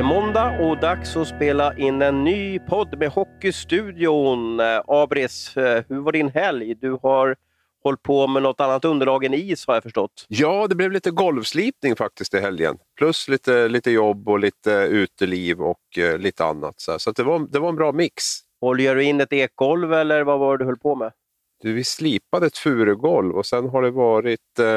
det måndag och dags att spela in en ny podd med Hockeystudion. Abris, hur var din helg? Du har hållit på med något annat underlag än is, har jag förstått. Ja, det blev lite golvslipning faktiskt i helgen. Plus lite jobb och lite uteliv och lite annat. Så det var en bra mix. Håller du in ett ekgolv eller vad var det du höll på med? Vi slipade ett furugolv och sen har det varit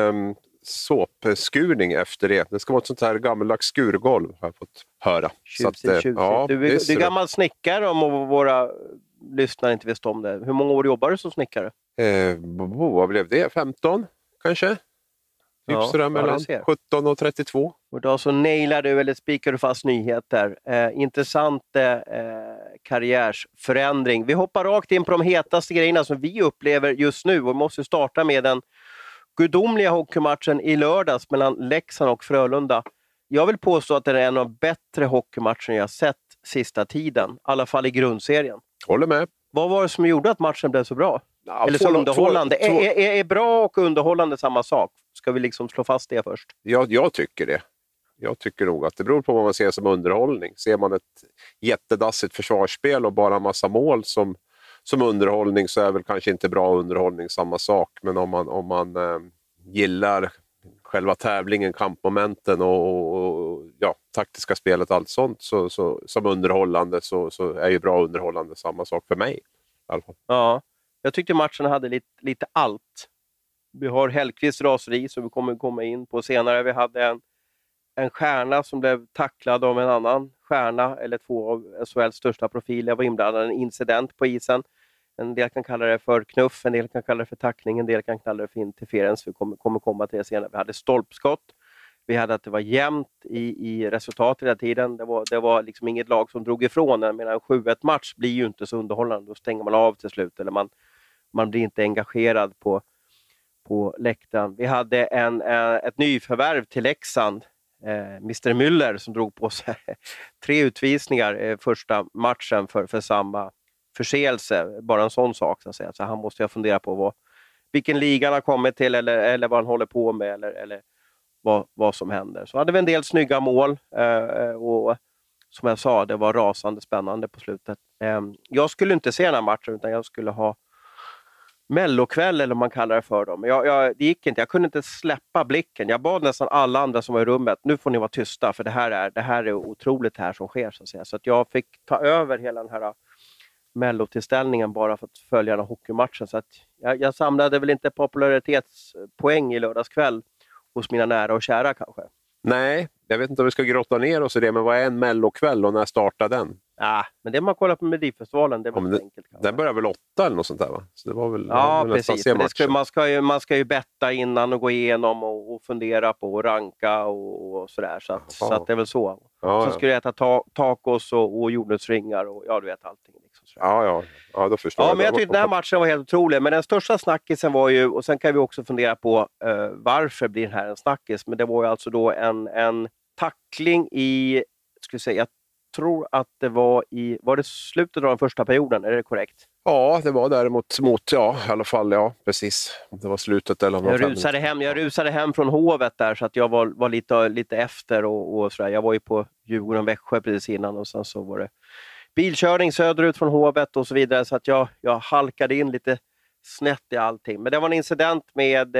såpskurning efter det. Det ska vara ett sånt här gammaldags skurgolv, har jag fått höra. Tjusigt. Ja, du är gammal snickare, om våra lyssnare inte visste om det. Hur många år jobbar du som snickare? Vad blev det? 15 kanske? Typ sådär mellan 17 och 32. Och då så nailar du eller spikar du fast nyheter. Intressant karriärsförändring. Vi hoppar rakt in på de hetaste grejerna som vi upplever just nu. Och vi måste starta med den gudomliga hockeymatchen i lördags mellan Leksand och Frölunda. Jag vill påstå att det är en av de bättre hockeymatchen jag sett sista tiden. I alla fall i grundserien. Håller med. Vad var det som gjorde att matchen blev så bra? Eller så underhållande? Är bra och underhållande samma sak? Ska vi liksom slå fast det först? Jag tycker det. Jag tycker nog att det beror på vad man ser som underhållning. Ser man ett jättedassigt försvarsspel och bara en massa mål som underhållning, så är väl kanske inte bra underhållning samma sak. Men om man gillar själva tävlingen, kampmomenten och taktiska spelet, allt sånt så som underhållande så är ju bra underhållande samma sak för mig i alla fall. Ja, jag tyckte matchen hade lite allt. Vi har Hellqvist raseri som vi kommer komma in på senare. Vi hade en stjärna som blev tacklad av en annan stjärna, eller två av SHLs största profiler var inblandade. En incident på isen. En del kan kalla det för knuff, en del kan kalla det för tackling, en del kan kalla det för interferens. Vi kommer komma till det senare. Vi hade stolpskott. Vi hade att det var jämnt i resultatet hela tiden. Det var liksom inget lag som drog ifrån. Jag menar, en 7-1-match blir ju inte så underhållande. Då stänger man av till slut. Eller man blir inte engagerad på läktaren. Vi hade ett nyförvärv till Leksand. Mr. Müller som drog på sig 3 utvisningar första matchen för samma förseelse. Bara en sån sak så att säga. Så han måste jag fundera på vilken liga han har kommit till eller vad han håller på med eller vad som händer. Så hade vi en del snygga mål och som jag sa, det var rasande spännande på slutet. Jag skulle inte se den här matchen utan jag skulle ha mellokväll eller vad man kallar det för dem. Det gick inte, jag kunde inte släppa blicken. Jag bad nästan alla andra som var i rummet, nu får ni vara tysta för det här är otroligt här som sker så att säga. Så att jag fick ta över hela den här mellotillställningen bara för att följa den här hockeymatchen. Så att jag samlade väl inte popularitetspoäng i lördagskväll hos mina nära och kära kanske. Nej, jag vet inte om vi ska grotta ner oss i det, men vad är en mellokväll och när startar den? Ja, men det man kollar på Melodifestivalen, det var väl enkelt. Kanske. Den börjar väl 8 eller något sånt där, va? Så det var väl, precis. Man ska ju betta innan och gå igenom och fundera på och ranka och sådär. Så att det är väl så. Så skulle jag äta tacos och jordnötsringar och du vet allting. Liksom, ja, då förstår jag. Ja, men jag tyckte den här matchen var helt otrolig. Men den största snackisen var ju, och sen kan vi också fundera på varför blir den här en snackis. Men det var ju alltså då en tackling i, skulle säga, jag tror att det var det slutet av den första perioden, är det korrekt? Ja, det var däremot i alla fall, ja, precis. Det var slutet eller något. Jag rusade hem från Hovet där så att jag var lite efter och sådär. Jag var ju på Djurgården Växjö precis innan och sen så var det bilkörning söderut från Hovet och så vidare så att jag halkade in lite snett i allting. Men det var en incident med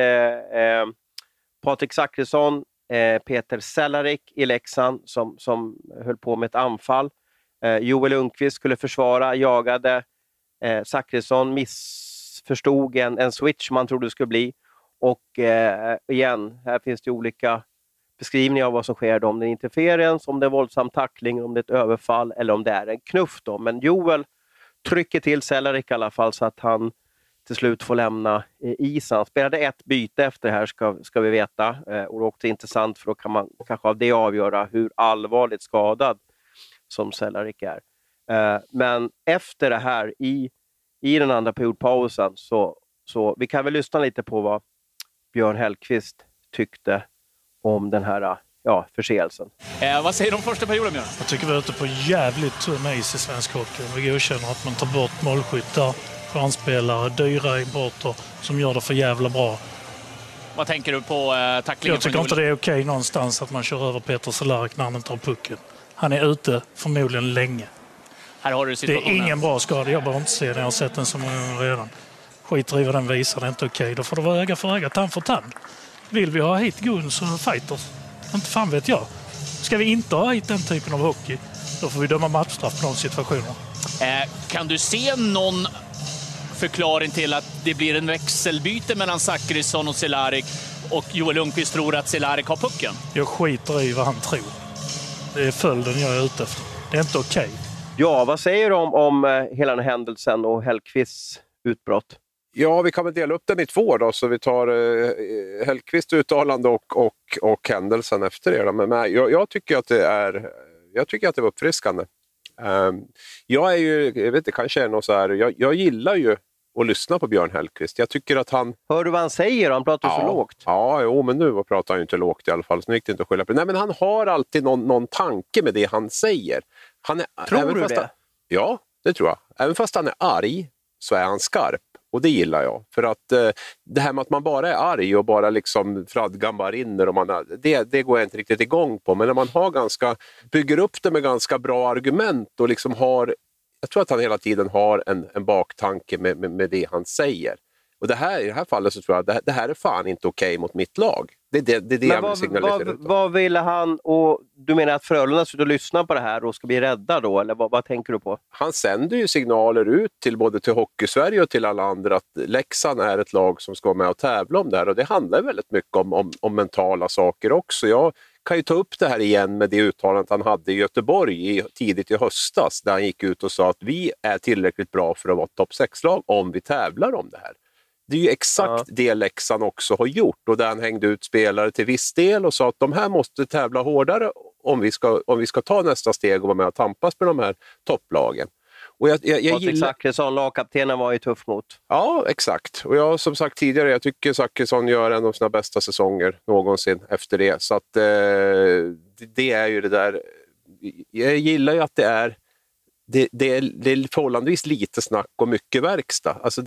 Patrik Zackrisson, Peter Cehlarik i Leksand som höll på med ett anfall. Joel Lundqvist skulle försvara, jagade. Zackrisson missförstod en switch man trodde det skulle bli. Och igen, här finns det olika beskrivningar av vad som sker. Om det är interferens, om det är våldsam tackling, om det är ett överfall eller om det är en knuff. Då. Men Joel trycker till Cehlarik i alla fall så att han till slut får lämna isen. Han spelade ett byte efter det här ska vi veta. Och det är också intressant för då kan man kanske av det avgöra hur allvarligt skadad som Cehlarik är. Men efter det här i den andra periodpausen så vi kan väl lyssna lite på vad Björn Hellqvist tyckte om den här förseelsen. Vad säger du om första perioden, Björn? Jag tycker vi är ute på jävligt tunn is i svensk hockey. Vi godkänner att man tar bort målskyttar, chanspelare, dyra importer som gör det för jävla bra. Vad tänker du på tacklingen? Jag tycker inte det är okej någonstans att man kör över Peter Cehlarik när han inte har pucken. Han är ute förmodligen länge. Här har du Det situationen. är ingen bra skada. Jag behöver inte se den. Jag har sett den så många gånger redan. Skiter i vad den visar. Det är inte okej. Då får det vara öga för öga, tand för tand. Vill vi ha hit Guns och fighters? Inte fan vet jag. Ska vi inte ha hit den typen av hockey, då får vi döma matchstraff på de situationerna. Kan du se någon förklaring till att det blir en växelbyte mellan Zachrisson och Cehlarik och Joel Lundqvist tror att Cehlarik har pucken? Jag skiter i vad han tror. Det är följden jag är ute efter. Det är inte okej. Ja, vad säger du om hela den här händelsen och Hellqvists utbrott? Ja, vi kan väl dela upp den i två då, så vi tar Hellqvists uttalande och händelsen efter det. Men jag tycker att det var uppfriskande. Jag är ju, jag vet inte, kanske är något så här, jag gillar ju att lyssna på Björn Hellqvist. Jag tycker att han... Hör du vad han säger? Han pratar så lågt. Ja, men nu pratar han ju inte lågt i alla fall, så nu gick det inte att skylla på. Nej, men han har alltid någon tanke med det han säger. Tror du det? Ja, det tror jag. Även fast han är arg så är han skarp. Och det gillar jag. För att det här med att man bara är arg och bara liksom fradgan bara rinner. Och det går jag inte riktigt igång på. Men när man bygger upp det med ganska bra argument och liksom har... Jag tror att han hela tiden har en baktanke med det han säger. Och i det här fallet så tror jag att det här är fan inte okej mot mitt lag. Det är det jag vill signalisera ut. Vad ville han, och du menar att Frölunda ska lyssna på det här och ska bli rädda då? Eller vad tänker du på? Han sänder ju signaler ut till både till Hockeysverige och till alla andra att Leksand är ett lag som ska vara med och tävla om det här. Och det handlar väldigt mycket om mentala saker också. Jag kan ju ta upp det här igen med det uttalandet han hade i Göteborg tidigt i höstas. Där han gick ut och sa att vi är tillräckligt bra för att vara topp 6-lag om vi tävlar om det här. Det är ju exakt det Leksand också har gjort, och där han hängde ut spelare till viss del och sa att de här måste tävla hårdare om vi ska ta nästa steg och vara med och tampas med de här topplagen. Och jag Patrik Zackrisson, lagkaptenen, var ju tuff mot. Ja, exakt. Och jag som sagt tidigare, jag tycker Zackrisson gör en av sina bästa säsonger någonsin efter det. Så att det är ju det där. Jag gillar ju att det är förhållandevis lite snack och mycket verkstad. Alltså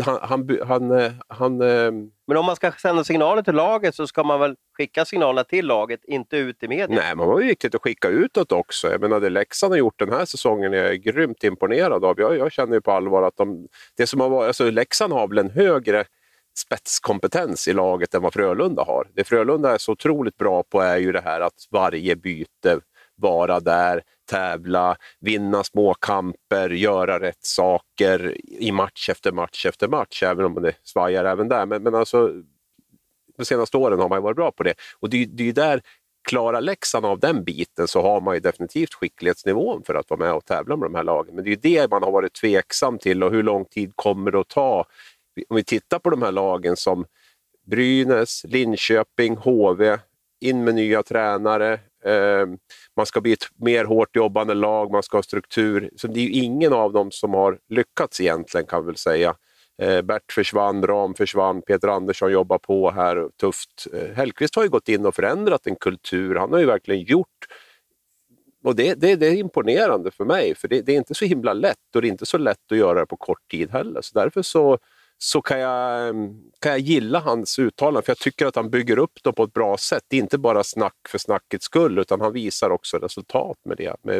Men om man ska sända signaler till laget så ska man väl skicka signaler till laget, inte ut i media? Nej, man var ju viktigt att skicka utåt också. Jag menar, det Leksand har gjort den här säsongen är jag grymt imponerad av. Jag känner ju på allvar att det som har varit, alltså Leksand har väl en högre spetskompetens i laget än vad Frölunda har. Det Frölunda är så otroligt bra på är ju det här att varje byte, vara där, tävla, vinna små kamper, göra rätt saker i match efter match efter match, även om det svajar även där. Men alltså, de senaste åren har man ju varit bra på det. Och det är ju där, klarar Leksand av den biten, så har man ju definitivt skicklighetsnivån för att vara med och tävla med de här lagen. Men det är ju det man har varit tveksam till, och hur lång tid kommer det att ta? Om vi tittar på de här lagen som Brynäs, Linköping, HV, in med nya tränare, man ska bli ett mer hårt jobbande lag, man ska ha struktur. Så det är ju ingen av dem som har lyckats egentligen, kan vi väl säga. Bert försvann, Ram försvann, Peter Andersson jobbar på här tufft. Hellqvist har ju gått in och förändrat en kultur, han har ju verkligen gjort, och det är imponerande för mig, för det är inte så himla lätt, och det är inte så lätt att göra det på kort tid heller. Så därför så kan jag gilla hans uttalande, för jag tycker att han bygger upp dem på ett bra sätt. Det är inte bara snack för snackets skull, utan han visar också resultat med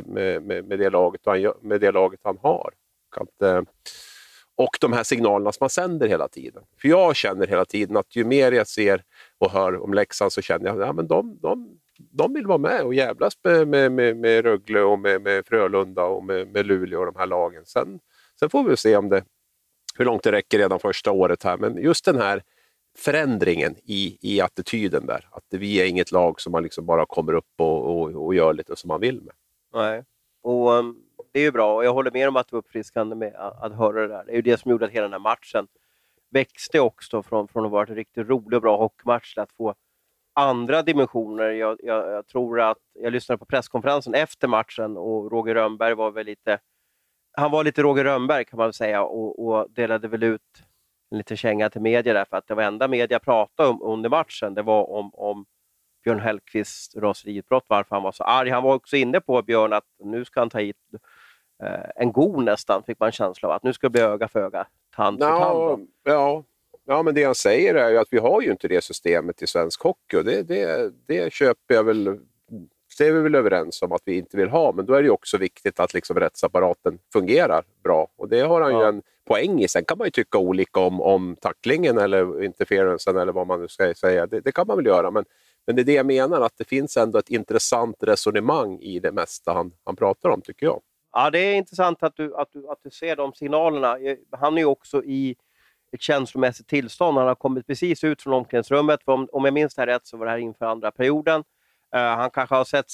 det laget han har. Och de här signalerna som man sänder hela tiden. För jag känner hela tiden att ju mer jag ser och hör om Leksand, så känner jag att de vill vara med och jävlas med Rögle och med Frölunda och med Luleå och de här lagen. Sen får vi se hur långt det räcker redan första året här. Men just den här förändringen i attityden där. Att vi är inget lag som man liksom bara kommer upp och gör lite som man vill med. Nej, och det är ju bra. Och jag håller med om att det var uppfriskande med att höra det där. Det är ju det som gjorde att hela den här matchen växte också från att vara en riktigt rolig och bra hockeymatch till att få andra dimensioner. Jag tror att jag lyssnade på presskonferensen efter matchen, och Roger Rönnberg var väl lite... Han var lite Roger Rönnberg, kan man väl säga, och delade väl ut en liten känga till media där, för att det var enda media pratade om under matchen, det var om Björn Hellqvists raseriutbrott, varför han var så arg. Han var också inne på, Björn, att nu ska han ta hit en god nästan, fick man känsla av, att nu ska det bli öga för öga, tand för tand. Ja, men det han säger är ju att vi har ju inte det systemet i svensk hockey, och det köper jag väl det är vi väl överens om att vi inte vill ha, men då är det ju också viktigt att liksom rättsapparaten fungerar bra, och det har han ju en poäng i. Sen kan man ju tycka olika om tacklingen eller interferensen eller vad man nu ska säga, det kan man väl göra, men det är det jag menar, att det finns ändå ett intressant resonemang i det mesta han pratar om, tycker jag. Ja, det är intressant att du ser de signalerna. Han är ju också i ett känslomässigt tillstånd. Han har kommit precis ut från omklädningsrummet. Om jag minns det här rätt så var det här inför andra perioden. Han kanske har sett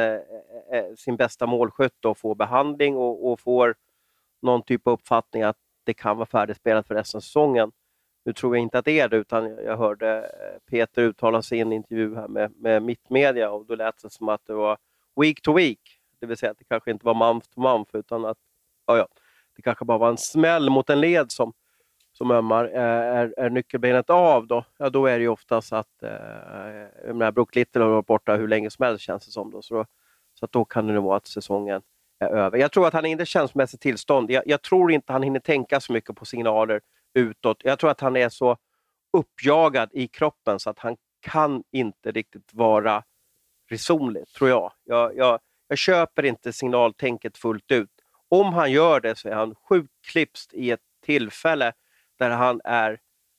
sin bästa målskytt och får behandling och får någon typ av uppfattning att det kan vara färdigspelat för resten av säsongen. Nu tror jag inte att det är det, utan jag hörde Peter uttala sig i en intervju här med Mittmedia, och då lät det som att det var week to week. Det vill säga att det kanske inte var month to month, utan att det kanske bara var en smäll mot en led som ömmar. Är nyckelbenet av då? Ja, då är det ju oftast att Brook Little har varit borta hur länge som helst, känns det som då. Så att då kan det nog vara att säsongen är över. Jag tror att han är inte känslomässigt tillstånd. Jag tror inte han hinner tänka så mycket på signaler utåt. Jag tror att han är så uppjagad i kroppen så att han kan inte riktigt vara resonlig, tror jag. Jag köper inte signaltänket fullt ut. Om han gör det så är han sjukt klipst i ett tillfälle där han är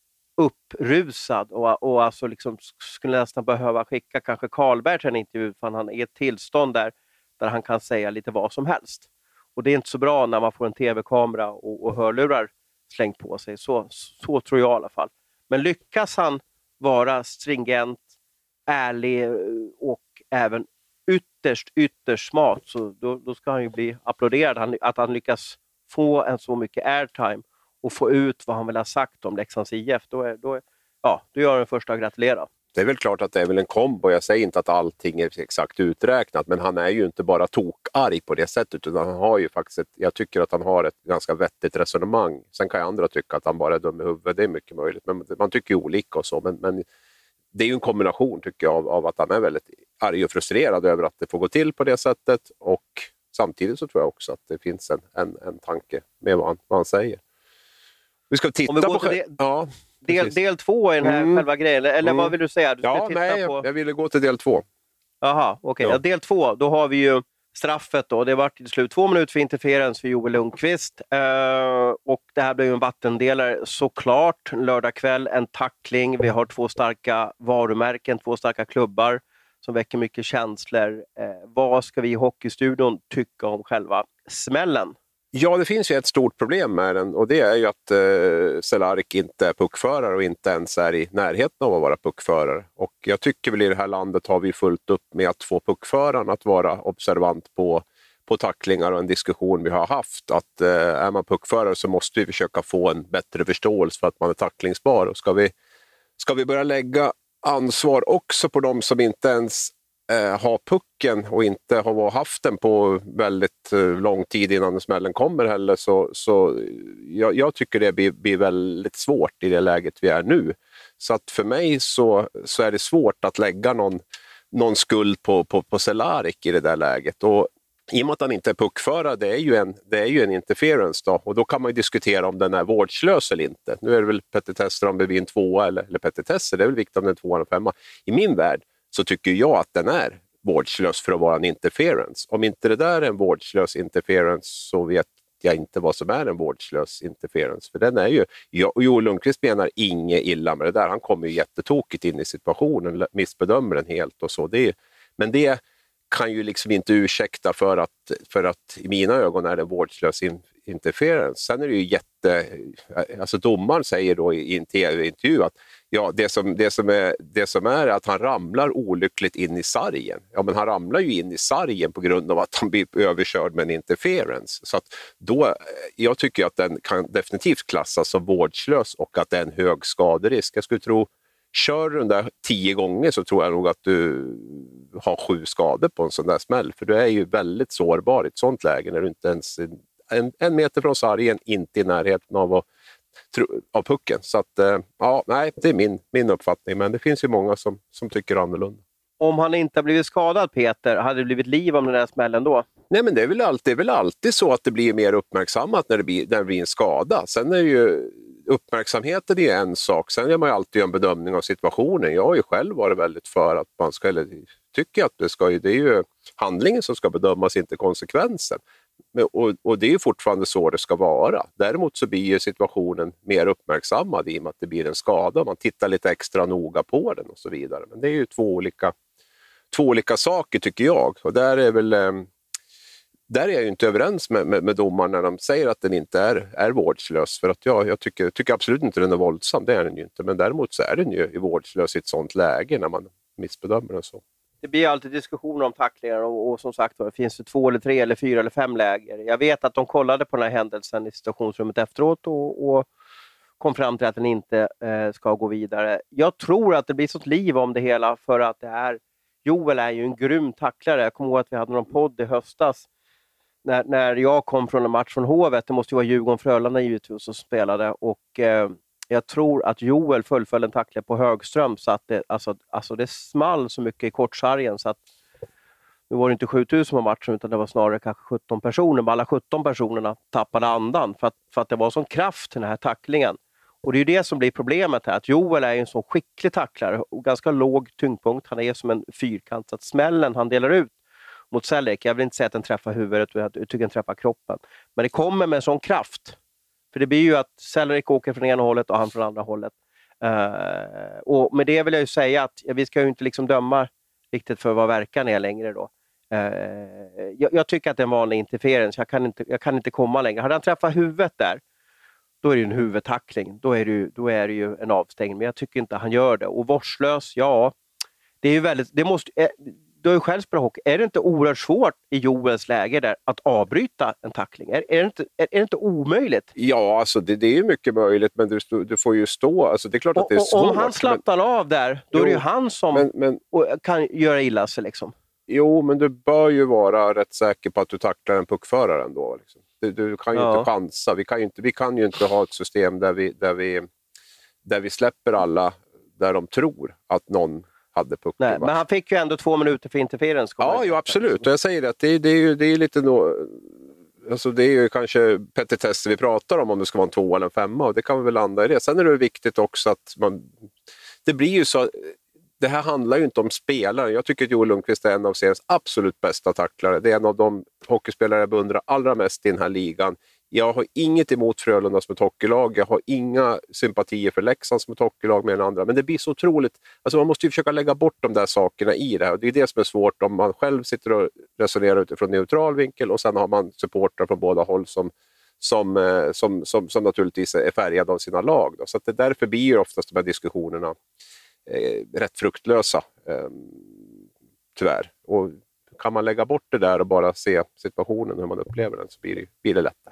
upprusad och alltså liksom skulle nästan behöva skicka kanske Karlberg till en intervju, för han är i ett tillstånd där han kan säga lite vad som helst. Och det är inte så bra när man får en tv-kamera och hörlurar slängt på sig. Så tror jag i alla fall. Men lyckas han vara stringent, ärlig och även ytterst smart, så då ska han ju bli applåderad. Att han lyckas få en så mycket airtime och få ut vad han vill ha sagt om Leksands IF, då gör jag den första att gratulera. Det är väl klart att det är väl en kombo. Jag säger inte att allting är exakt uträknat, men han är ju inte bara tokarg på det sättet, utan han har ju faktiskt jag tycker att han har ett ganska vettigt resonemang. Sen kan ju andra tycka att han bara är dum i huvudet, det är mycket möjligt, men man tycker ju olika och så, men det är ju en kombination, tycker jag, av att han är väldigt arg och frustrerad över att det får gå till på det sättet, och samtidigt så tror jag också att det finns en tanke med vad han säger. Vi ska titta på del 2 i den här själva grejen, eller vad vill du säga? Jag ville gå till del 2. Jaha, okej. Ja, del 2, då har vi ju straffet då. Det var till slut 2 minuter för interferens för Joel Lundqvist. Och det här blev ju en vattendelare såklart. Lördag kväll, en tackling. Vi har 2 starka varumärken, 2 starka klubbar som väcker mycket känslor. Vad ska vi i Hockeystudion tycka om själva smällen? Ja, det finns ju ett stort problem med den, och det är ju att Cehlarik inte är puckförare och inte ens är i närheten av att vara puckförare. Och jag tycker väl i det här landet har vi fullt upp med att få puckföraren att vara observant på tacklingar, och en diskussion vi har haft att är man puckförare så måste vi försöka få en bättre förståelse för att man är tacklingsbar. Och ska vi börja lägga ansvar också på de som inte ens ha pucken och inte har haft den på väldigt lång tid innan smällen kommer heller, så jag tycker det blir väldigt svårt i det läget vi är nu. Så att för mig så är det svårt att lägga någon skuld på Cehlarik i det där läget, och i och med att han inte är puckförare, det är ju en interference då, och då kan man ju diskutera om den är vårdslös eller inte. Nu är det väl petitesser om det blir en 2 eller petitesser, det är väl viktigt om den är 2 eller 5. I min värld så tycker jag att den är vårdslös för att vara en interference. Om inte det där är en vårdslös interference så vet jag inte vad som är en vårdslös interference. För den är ju, Joel Lundqvist menar inget illa med det där. Han kommer ju jättetokigt in i situationen, missbedömer den helt och så. Men det kan ju liksom inte ursäkta för att i mina ögon är det vårdslös interference. Sen är det ju alltså domaren säger då i en tv-intervju att det som är att han ramlar olyckligt in i sargen. Ja, men han ramlar ju in i sargen på grund av att han blir överkörd med en interference. Så att då, jag tycker att den kan definitivt klassas som vårdslös och att det är en hög skaderisk. Jag skulle tro, kör du den där 10 gånger så tror jag nog att du har 7 skador på en sån där smäll. För du är ju väldigt sårbar i ett sånt läge när du inte ens en meter från sargen, inte i närheten av pucken. Så att, det är min uppfattning. Men det finns ju många som tycker annorlunda. Om han inte har blivit skadad, Peter, hade det blivit liv om den där smällen då? Nej, men det är väl alltid så att det blir mer uppmärksammat när det blir en skada. Sen är ju uppmärksamheten en sak. Sen gör man ju alltid en bedömning av situationen. Jag har ju själv varit väldigt för att man ska, eller tycker att det är ju handlingen som ska bedömas, inte konsekvensen. Och det är ju fortfarande så det ska vara. Däremot så blir ju situationen mer uppmärksammad i och med att det blir en skada. Man tittar lite extra noga på den och så vidare. Men det är ju två olika saker tycker jag. Och där är jag ju inte överens med domaren när de säger att den inte är vårdslös. För att jag tycker absolut inte den är våldsam, det är den ju inte. Men däremot så är den ju vårdslös i ett sånt läge när man missbedömer den så. Det blir alltid diskussioner om tacklingar och som sagt det finns det 2 eller 3 eller 4 eller 5 läger. Jag vet att de kollade på den här händelsen i situationsrummet efteråt och kom fram till att den inte ska gå vidare. Jag tror att det blir sånt liv om det hela för att Joel är ju en grym tacklare. Jag kommer ihåg att vi hade någon podd i höstas när jag kom från en match från Hovet. Det måste ju vara Djurgården-Frölunda givetvis som spelade och jag tror att Joel fullföljde en tackling på Högström så att det small så mycket i kortsargen så att nu var det inte 7000 på matchen utan det var snarare kanske 17 personer. Men alla 17 personerna tappade andan för att det var sån kraft i den här tacklingen. Och det är ju det som blir problemet här. Att Joel är en så skicklig tacklare och ganska låg tyngdpunkt. Han är som en fyrkant så att smällen han delar ut mot Celik. Jag vill inte säga att den träffar huvudet, jag tycker den träffar kroppen. Men det kommer med sån kraft. För det blir ju att Celik åker från ena hållet och han från andra hållet. Och med det vill jag ju säga att vi ska ju inte liksom döma riktigt för vad verkan är längre då. Jag tycker att det är en vanlig interferens. Jag kan inte komma längre. Hade han träffat huvudet där, då är det ju en huvudtackling. Då är det ju en avstängning. Men jag tycker inte han gör det. Och vårdslös, ja. Det är ju väldigt... Du har ju själv spelat hockey. Är det inte oerhört svårt i Joels läge där att avbryta en tackling? Är det inte omöjligt? Ja, alltså det är ju mycket möjligt, men du får ju stå. Alltså det är klart att det är svårt. Om han slappnar av där, då är det ju han som kan göra illa sig liksom. Jo, men du bör ju vara rätt säker på att du tacklar en puckförare ändå. Liksom. Du kan ju inte chansa. Vi kan ju inte ha ett system där vi släpper alla där de tror att någon hade pucken. Nej, men han fick ju ändå 2 minuter för interferens. Ja, ju absolut. Och jag säger att det är lite alltså det är ju kanske petitesser vi pratar om det ska vara en 2 eller en 5 och det kan vi väl landa i det. Sen är det viktigt också att det blir ju så. Det här handlar ju inte om spelare. Jag tycker att Joel Lundqvist är en av seriens absolut bästa tacklare. Det är en av de hockeyspelare jag beundrar allra mest i den här ligan. Jag har inget emot Frölunda som ett hockeylag. Jag har inga sympatier för Leksand som ett hockeylag med den andra. Men det blir så otroligt. Alltså man måste ju försöka lägga bort de där sakerna i det här. Och det är det som är svårt om man själv sitter och resonerar utifrån neutral vinkel. Och sen har man supportrar från båda håll som naturligtvis är färgade av sina lag. Då. Så att det därför blir ju oftast de här diskussionerna rätt fruktlösa, tyvärr. Och kan man lägga bort det där och bara se situationen, hur man upplever den, så blir det lättare.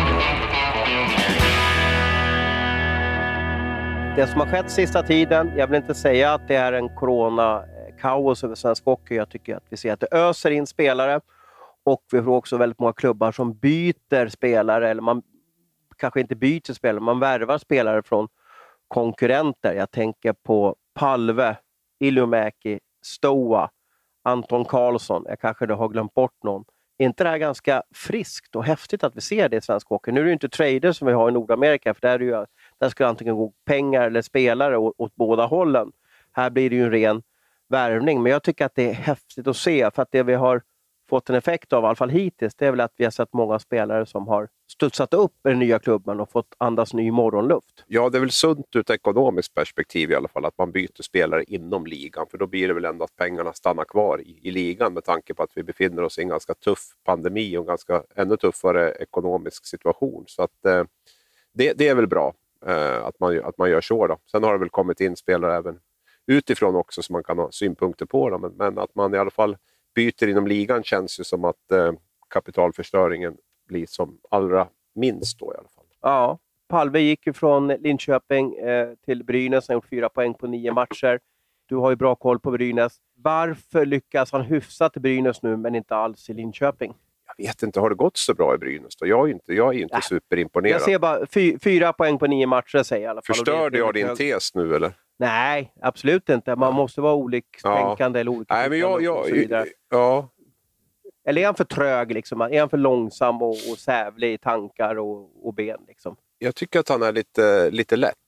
Det som har skett sista tiden, jag vill inte säga att det är en corona-kaos över svensk hockey. Jag tycker att vi ser att det öser in spelare och vi får också väldigt många klubbar som byter spelare, eller man kanske inte byter spelare, man värvar spelare från konkurrenter. Jag tänker på Palve, Illumäki, Stoa, Anton Karlsson. Jag kanske har glömt bort någon. Är inte det här ganska friskt och häftigt att vi ser det i svensk hockey? Nu är det inte trader som vi har i Nordamerika, för där ska antingen gå pengar eller spelare åt båda hållen. Här blir det ju en ren värvning, men jag tycker att det är häftigt att se, för att det vi har fått en effekt av, i alla fall hittills, det är väl att vi har sett många spelare som har studsat upp i den nya klubben och fått andas ny morgonluft. Ja, det är väl sunt ur ett ekonomiskt perspektiv i alla fall att man byter spelare inom ligan, för då blir det väl ändå att pengarna stannar kvar i ligan, med tanke på att vi befinner oss i en ganska tuff pandemi och en ganska ännu tuffare ekonomisk situation. Så att det är väl bra att man gör så då. Sen har det väl kommit in spelare även utifrån också som man kan ha synpunkter på dem, men att man i alla fall byter inom ligan känns ju som att kapitalförstöringen blir som allra minst då i alla fall. Ja, Palve gick ju från Linköping till Brynäs. Han har gjort 4 poäng på 9 matcher. Du har ju bra koll på Brynäs. Varför lyckas han hyfsat i Brynäs nu men inte alls i Linköping? Jag vet inte, har det gått så bra i Brynäs då? Jag är inte superimponerad. Jag ser bara 4 poäng på 9 matcher, säger jag i alla fall. Förstörde jag din tes nu eller? Nej, absolut inte. Man måste vara oliktänkande eller olika. Nej, men ja. Eller är han för trög liksom? Är han för långsam och sävlig i tankar och ben liksom? Jag tycker att han är lite lätt.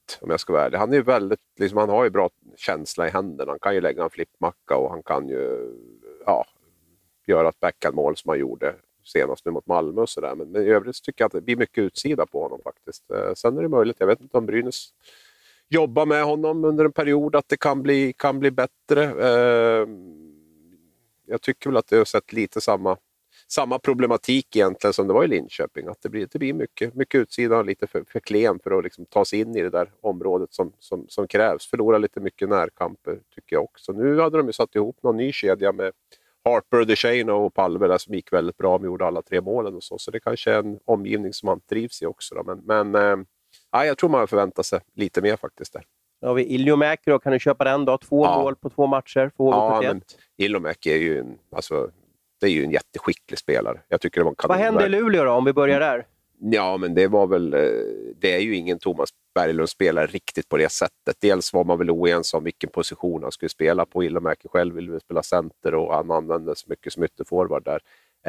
om jag ska vara ärlig. Han är ju väldigt, liksom, han har ju bra känsla i händerna. Han kan ju lägga en flippmacka och han kan ju göra ett backhandmål som han gjorde senast nu mot Malmö och sådär. Men i övrigt tycker jag att det blir mycket utsida på honom faktiskt. Sen är det möjligt, jag vet inte om Brynäs jobbar med honom under en period, att det kan bli bättre. Jag tycker väl att det har sett lite samma problematik egentligen som det var i Linköping. Att det blir mycket utsida och lite för klen för att liksom ta sig in i det där området som krävs. Förlora lite mycket närkamper tycker jag också. Nu hade de ju satt ihop någon ny kedja med Harper, Duchene och Palve där som gick väldigt bra. De gjorde alla 3 målen och så. Så det kanske är en omgivning som man trivs i också. Då. Men jag tror man förväntar sig lite mer faktiskt där. Då har vi Iliomäki då. Kan du köpa den då? 2 mål på 2 matcher för HV71. Iliomäki är ju det är ju en jätteskicklig spelare. Jag tycker det var Vad hände i Luleå då, om vi börjar där? Ja, men det är ju ingen Thomas Berglund spelare riktigt på det sättet. Dels var man väl oense om vilken position han skulle spela på. Iliomäki själv ville spela center och han använde så mycket som ytterforward där.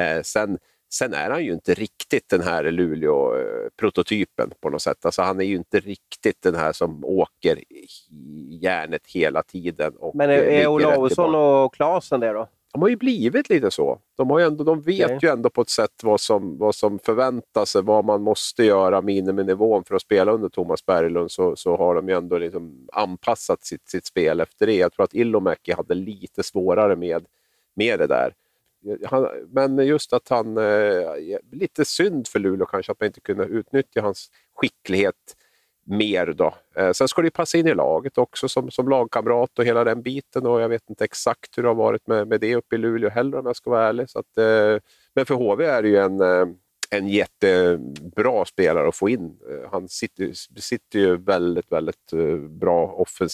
Sen är han ju inte riktigt den här Luleå-prototypen på något sätt. Alltså han är ju inte riktigt den här som åker järnet hela tiden. Men är Olausson och Klasen det då? De har ju blivit lite så. De vet ju ändå på ett sätt vad som förväntas, vad man måste göra miniminivån för att spela under Thomas Berglund, så har de ju ändå liksom anpassat sitt spel efter det. Jag tror att Iliomäki hade lite svårare med det där. Men just att han lite synd för Luleå kanske att man inte kunde utnyttja hans skicklighet mer då. Sen ska det passa in i laget också som lagkamrat och hela den biten, och jag vet inte exakt hur det har varit med det uppe i Luleå heller om jag ska vara ärlig. Så att, men för HV är det ju en jättebra spelare att få in. Han sitter ju väldigt, väldigt bra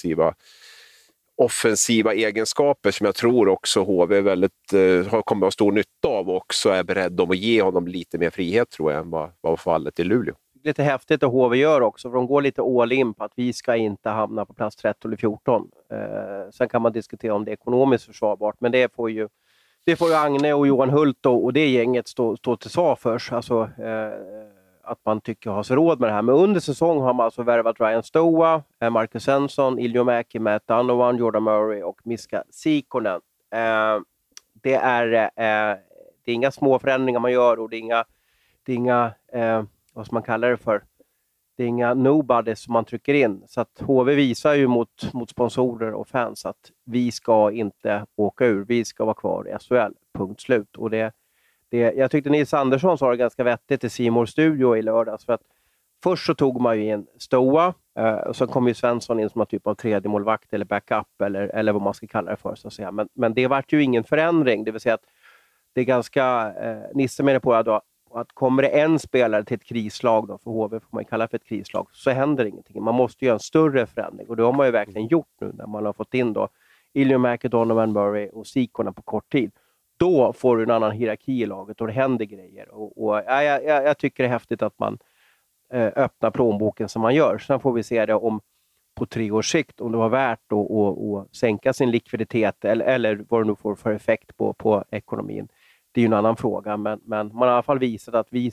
offensiva egenskaper som jag tror också HV kommer att ha stor nytta av och också är beredd att ge honom lite mer frihet tror jag än vad var fallet i Luleå. Lite häftigt att HV gör också, för de går lite all in på att vi ska inte hamna på plats 13 eller 14. Sen kan man diskutera om det är ekonomiskt försvarbart, men det får ju Agne och Johan Hult och det gänget stå till svar för. Alltså, att man tycker har sig råd med det här. Men under säsong har man alltså värvat Ryan Stoa, Marcus Svensson, Iliomäki, Matt Donovan, Jordan Murray och Miska Sikkonen. Det är inga små förändringar man gör, och det är inga vad ska man kalla det för? Det är inga nobody som man trycker in. Så att HV visar ju mot sponsorer och fans att vi ska inte åka ur. Vi ska vara kvar i SHL. Punkt slut. Och jag tyckte Nils Andersson sa det ganska vettigt i C More Studio i lördags. För att först så tog man ju in Stoa. Och så kom ju Svensson in som en typ av tredje målvakt eller backup. Eller vad man ska kalla det för. Så att säga. Men det var ju ingen förändring. Det vill säga att det är ganska... Nisse menar på då, att kommer det en spelare till ett krislag då, för HV får man kalla för ett krislag, så händer ingenting. Man måste göra en större förändring, och det har man ju verkligen gjort nu när man har fått in då Iliomäki, Donovan Murray och Sikkonen på kort tid. Då får du en annan hierarki i laget och det händer grejer. Jag tycker det är häftigt att man öppnar plånboken som man gör. Sen får vi se det om på 3 års sikt om det var värt att sänka sin likviditet eller vad det nu får för effekt på ekonomin. Det är ju en annan fråga, men man har i alla fall visat att vi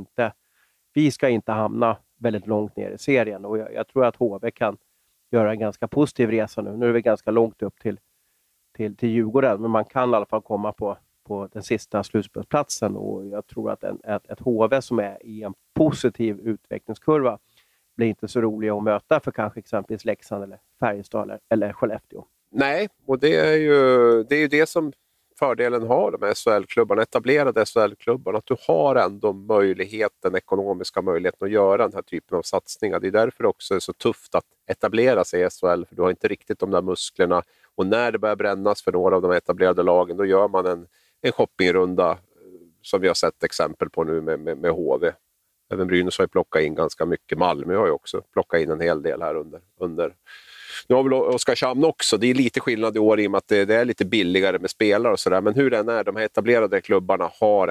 ska inte hamna väldigt långt ner i serien. Och jag tror att HV kan göra en ganska positiv resa nu. Nu är vi ganska långt upp till Djurgården, men man kan i alla fall komma på den sista slutspelsplatsen. Och jag tror att ett HV som är i en positiv utvecklingskurva blir inte så roliga att möta för kanske exempelvis Leksand eller Färjestad eller Skellefteå. Nej, och det är ju det som fördelen har med SHL-klubbarna, etablerade SHL-klubbarna, att du har ändå den ekonomiska möjligheten att göra den här typen av satsningar. Det är därför det också är så tufft att etablera sig i SHL, för du har inte riktigt de där musklerna. Och när det börjar brännas för några av de etablerade lagen, då gör man en shoppingrunda som vi har sett exempel på nu med HV. Även Brynäs har ju plockat in ganska mycket. Malmö har ju också plockat in en hel del här under. Nu har väl Oskarshamn också. Det är lite skillnad i år i och med att det är lite billigare med spelare och sådär. Men hur den är, de här etablerade klubbarna har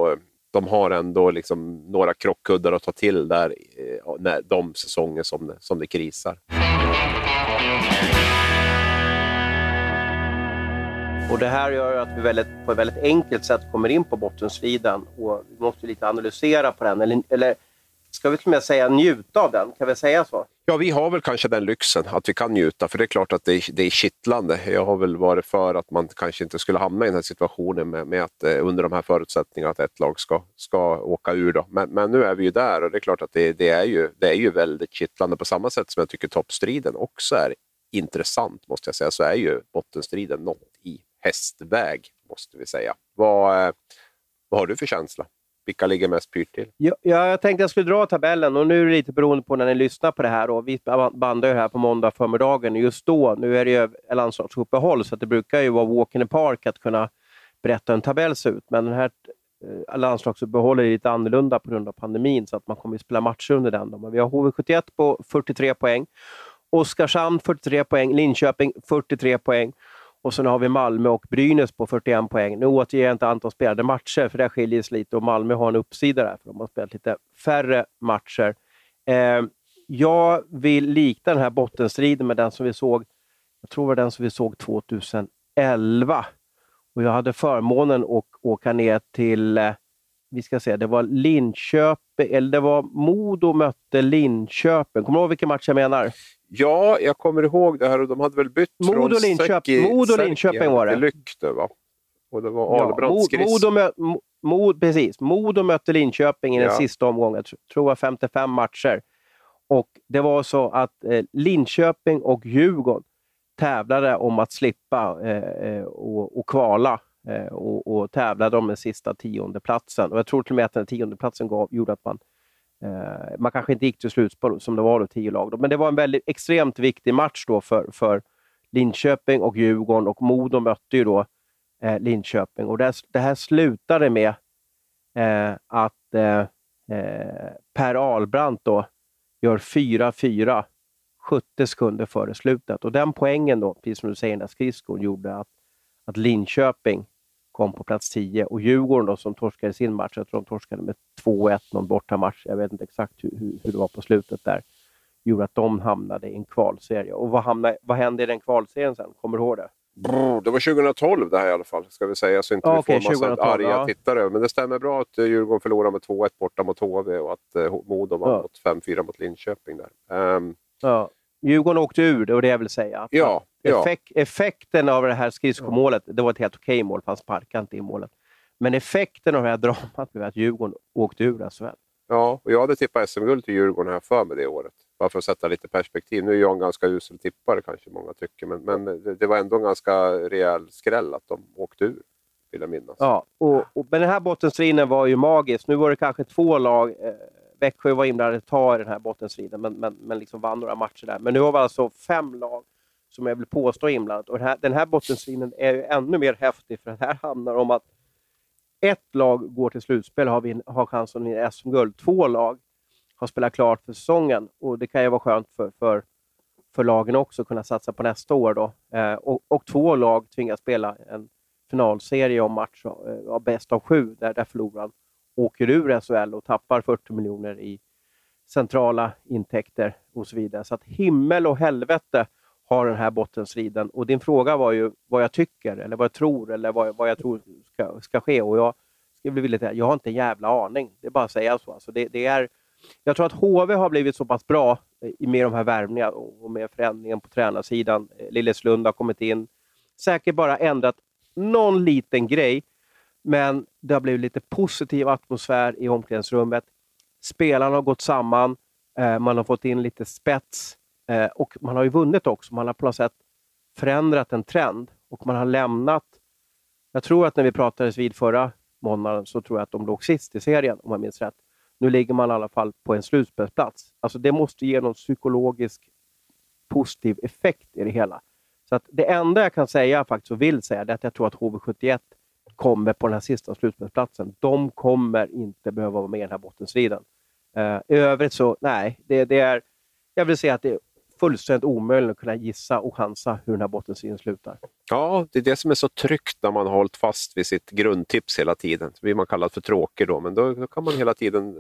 ändå liksom några krockkuddar att ta till där när de säsonger som det krisar. Och det här gör att vi på ett väldigt enkelt sätt kommer in på bottensidan, och vi måste lite analysera på den. Eller ska vi till och med säga njuta av den, kan vi säga så? Ja, vi har väl kanske den lyxen att vi kan njuta, för det är klart att det är kittlande. Jag har väl varit för att man kanske inte skulle hamna i den här situationen med att under de här förutsättningarna att ett lag ska åka ur. Då. Men nu är vi ju där, och det är klart att det är ju väldigt kittlande. På samma sätt som jag tycker toppstriden också är intressant, måste jag säga, så är ju bottenstriden något i hästväg, måste vi säga. Vad har du för känsla? Vilka ligger mest pyrt till? Ja, jag tänkte jag skulle dra tabellen, och nu är det lite beroende på när ni lyssnar på det här. Och vi bandar ju här på måndag förmiddagen. Just då, nu är det ju landslagsuppehåll, så att det brukar ju vara walk in the park att kunna berätta hur en tabell ser ut. Men den här landslagsuppehållet är lite annorlunda på grund av pandemin, så att man kommer att spela matcher under den. Men vi har HV71 på 43 poäng. Oskarshamn 43 poäng, Linköping 43 poäng. Och sen har vi Malmö och Brynäs på 41 poäng. Nu återger jag inte antal spelade matcher, för det skiljer sig lite. Och Malmö har en uppsida där, för de har spelat lite färre matcher. Jag vill likna den här bottenstriden med den som vi såg, jag tror det var den som vi såg 2011. Och jag hade förmånen att åka ner till, vi ska se, det var Linköping, eller det var Modo mötte Linköping. Kommer du ihåg vilken match jag menar? Ja, jag kommer ihåg det här, och de hade väl bytt Modo från Linköping var det. Till Lyckte, va? Och det var Albrands precis. Modo mötte Linköping i den sista omgången. Jag tror det var 55 matcher. Och det var så att Linköping och Djurgården tävlade om att slippa och kvala. Och tävlade om den sista 10:e platsen. Och jag tror till och med att den 10:e platsen gjorde att man kanske inte gick till slutspel som det var då 10 lag. Då. Men det var en väldigt extremt viktig match då för Linköping och Djurgården, och Modo mötte ju då Linköping. Och det här slutade med att Per Albrandt då gör 4-4 70 sekunder före slutet. Och den poängen då, precis som du säger, den där skridskon gjorde att Linköping kom på plats 10. Och Djurgården då, som torskade sin match, jag tror de torskade med 2-1 någon borta match. Jag vet inte exakt hur det var på slutet där. Gjorde att de hamnade i en kvalserie. Och vad hände i den kvalserien sen? Kommer du ihåg det? Det var 2012 det här i alla fall, ska vi säga, så inte vi får en massa arga tittare. Men det stämmer bra att Djurgården förlorade med 2-1 borta mot HV, och att Modo vann mot 5-4 mot Linköping där. Djurgården åkte ur det, och det jag vill säga. Effekten av det här skridskomålet, det var ett helt okej mål, fast sparkade inte i målet. Men effekten av det här dramat blev att Djurgården åkte ur SHL. Ja, och jag hade tippat SM-guld till Djurgården här för mig det året. Bara för att sätta lite perspektiv. Nu är jag en ganska usel tippare, kanske många tycker. Men det var ändå en ganska rejäl skräll att de åkte ur, vill jag minnas. Ja, men den här bottenstriden var ju magisk. Nu var det kanske 2 lag. Växjö var inblandade att ta i den här bottenstriden, men liksom vann några matcher där. Men nu har vi alltså 5 lag som jag vill påstå inblandat. Och den här bottenstriden är ju ännu mer häftig, för det här handlar om att ett lag går till slutspel och har chansen att vinna SM-guld. 2 lag har spelat klart för säsongen, och det kan ju vara skönt för lagen också att kunna satsa på nästa år då. Och 2 lag tvingas spela en finalserie om match av bäst av 7, där förloraren åker ur SHL och tappar 40 miljoner i centrala intäkter och så vidare. Så att himmel och helvete har den här bottenstriden. Och din fråga var ju vad jag tycker, eller vad jag tror, eller vad jag tror ska ske. Och jag har inte en jävla aning. Det är bara att säga så. Alltså jag tror att HV har blivit så pass bra med de här värvningarna och med förändringen på tränarsidan. Lilleslund har kommit in. Säkert bara ändrat någon liten grej. Men det har blivit lite positiv atmosfär i omklädningsrummet. Spelarna har gått samman. Man har fått in lite spets. Och man har ju vunnit också. Man har på något sätt förändrat en trend. Och man har lämnat. Jag tror att när vi pratades vid förra månaden, så tror jag att de låg sist i serien, om jag minns rätt. Nu ligger man i alla fall på en slutspelsplats. Alltså det måste ge någon psykologisk positiv effekt i det hela. Så att det enda jag kan säga faktiskt, och vill säga, det är att jag tror att HV71 kommer på den här sista slutspelsplatsen. De kommer inte behöva vara med i den här bottenstriden. I övrigt så, nej. Det är, jag vill säga att det är fullständigt omöjligt att kunna gissa och chansa hur den här bottenstriden slutar. Ja, det är det som är så tryggt när man har hållit fast vid sitt grundtips hela tiden. Så blir man kallad för tråkig då, men då kan man hela tiden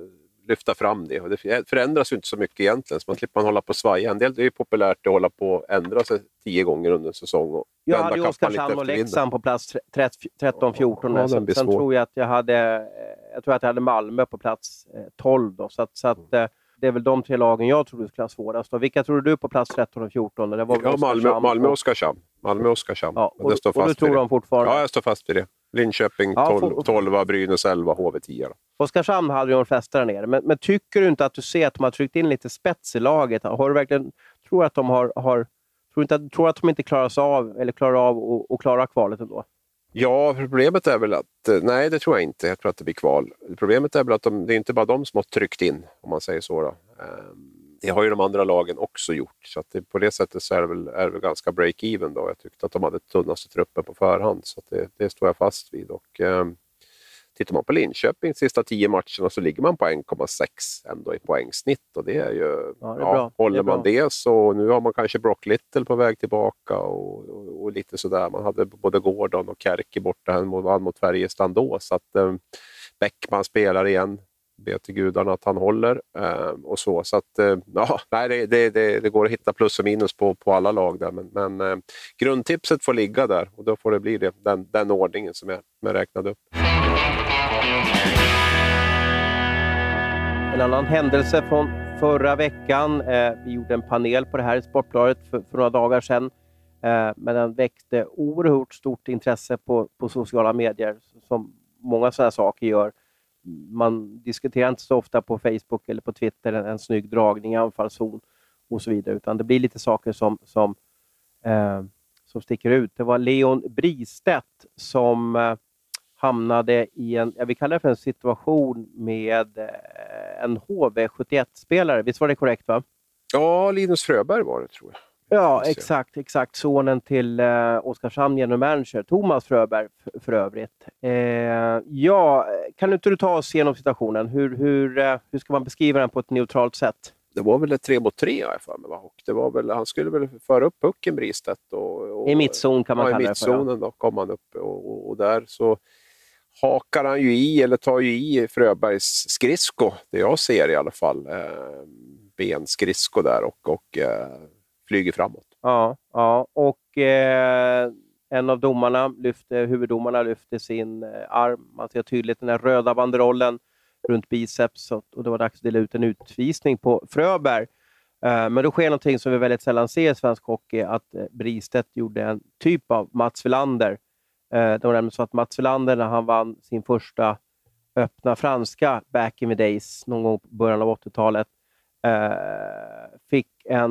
lyfta fram det. Och det förändras ju inte så mycket egentligen, så man slipper hålla på och svaja. En del det är ju populärt att hålla på och ändra sig 10 gånger under en säsong. Och jag hade ju Oskarshamn och Leksand på plats 13-14. Sen tror jag att jag hade Malmö på plats 12 då. Så att det är väl de 3 lagen jag tror du skulle ha svårast. Och vilka tror du på plats 13 och 14? Det var Malmö och Oskarshamn. Ja, och det står fast och du tror de fortfarande? Ja, jag står fast vid det. Linköping 12, Brynäs 11, HV 10. Oskarshamn hade ju de flesta där nere. Men tycker du inte att du ser att de har tryckt in lite spets i laget? Har du verkligen tror att de inte klarar av att klara kvalet ändå? Ja, problemet är väl att nej, det tror jag inte. Jag tror att det blir kval. Problemet är väl att det är inte bara de som har tryckt in, om man säger så då. Det har ju de andra lagen också gjort, så att på det sättet så är det väl ganska break-even då. Jag tyckte att de hade tunnaste truppen på förhand, så att det står jag fast vid. Och tittar man på Linköping sista 10 matcherna så ligger man på 1,6 ändå i poängsnitt, och det är ju håller man det så nu har man kanske Brock Little på väg tillbaka och lite sådär. Man hade både Gordon och Kärki borta mot Färjestad då, så att Bäckman spelar igen. Be till gudarna att han håller och så att det går att hitta plus och minus på alla lag där, men grundtipset får ligga där och då får det bli den ordningen som jag räknade upp. En annan händelse från förra veckan, vi gjorde en panel på det här i Sportbladet för några dagar sedan, men den väckte oerhört stort intresse på sociala medier som många sådana saker gör. Man diskuterar inte så ofta på Facebook eller på Twitter en snygg dragning i anfallszon och så vidare, utan det blir lite saker som sticker ut. Det var Leon Bristedt som hamnade i vi kallar det för en situation med en HV71-spelare. Visst var det korrekt, va? Ja, Linus Fröberg var det, tror jag. Ja, exakt. Sonen till Oskarshamn genom manager, Thomas Fröberg för övrigt. Kan inte du ta oss igenom situationen? Hur ska man beskriva den på ett neutralt sätt? Det var väl ett 3 mot 3 jag för mig, va? Och det var väl, han skulle väl föra upp pucken Bristedt. Och i mittzon kan man kalla det för. I mittzonen då kom han upp och där så hakar han ju i, eller tar ju i Fröbergs skridsko, det jag ser i alla fall. Benskridsko där och flyger framåt. Ja, och en av huvuddomarna lyfte sin arm. Man ser tydligt den här röda banderollen runt biceps och det var dags att dela ut en utvisning på Fröberg. Men då sker någonting som vi väldigt sällan ser i svensk hockey, att Bristedt gjorde en typ av Mats Wilander. Det var nämligen så att Mats Wilander, när han vann sin första öppna franska back in the days någon gång på början av 80-talet, fick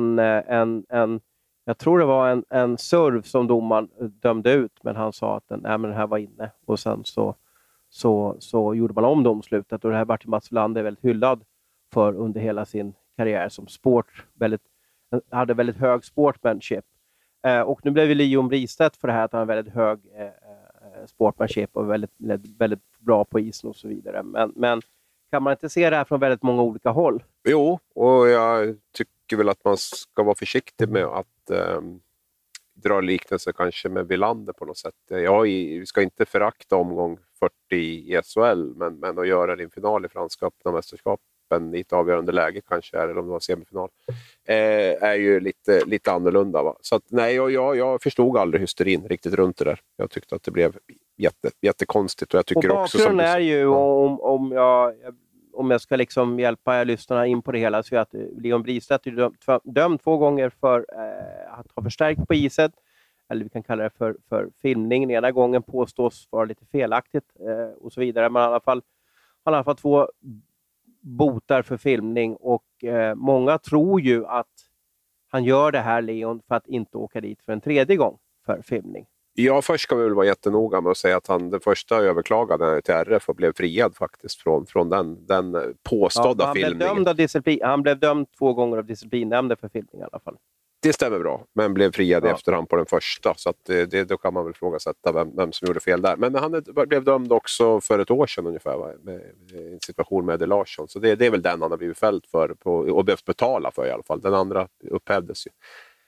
jag tror det var en serve som domaren dömde ut, men han sa att den här var inne, och sen så gjorde man om domslutet, och det här var Mats Wilander väldigt hyllad för under hela sin karriär som hade väldigt hög sportmanship. Och nu blev vi Leon Bristedt för det här, att han har väldigt hög sportmanship och väldigt, väldigt bra på isen och så vidare. Men kan man inte se det här från väldigt många olika håll? Jo, och jag tycker väl att man ska vara försiktig med att dra liknelse kanske med Wilander på något sätt. Vi ska inte förakta omgång 40 i SHL, men att göra det i en final i franska öppna mästerskapen i ett avgörande läge kanske, eller om det var semifinal, är ju lite annorlunda. Va? Så att, nej, jag förstod aldrig hysterin riktigt runt det där. Jag tyckte att det blev jättekonstigt. Och jag tycker och också bakgrunden är ju, om jag ska liksom hjälpa lyssnarna in på det hela, så är att Leon Bristedt är dömd 2 gånger för att ha förstärkt på iset, eller vi kan kalla det för filmning. Den ena gången påstås vara lite felaktigt och så vidare, men han har i alla fall 2 botar för filmning, och många tror ju att han gör det här, Leon, för att inte åka dit för en 3:e gång för filmning. Ja, först ska vi väl vara jättenoga med att säga att han den första överklagade till RF och blev friad faktiskt från den påstådda filmningen. Han blev dömd 2 gånger av disciplinnämnden för filmning i alla fall. Det stämmer bra, men blev friad i efterhand på den första, så att då kan man väl frågasätta vem som gjorde fel där. Men han blev dömd också för ett år sedan ungefär, med en situation med Eddie Larsson, så det är väl den han har blivit fälld för och behövt betala för i alla fall. Den andra upphävdes ju.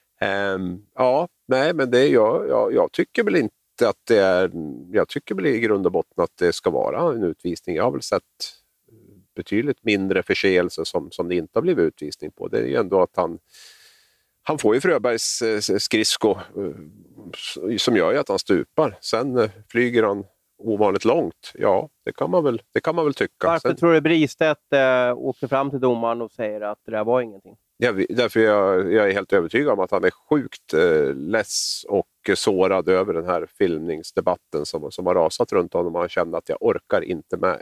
Men jag tycker väl inte att det är, jag tycker väl i grund och botten att det ska vara en utvisning. Jag har väl sett betydligt mindre förseelse som det inte har blivit utvisning på. Det är ju ändå att han får ju Fröbergs skridsko som gör ju att han stupar. Sen flyger han ovanligt långt. Ja, det kan man väl tycka. Varför tror du Bristedt åker fram till domaren och säger att det där var ingenting? Därför jag är helt övertygad om att han är sjukt less och sårad över den här filmningsdebatten som har rasat runt honom. Han kände att jag orkar inte med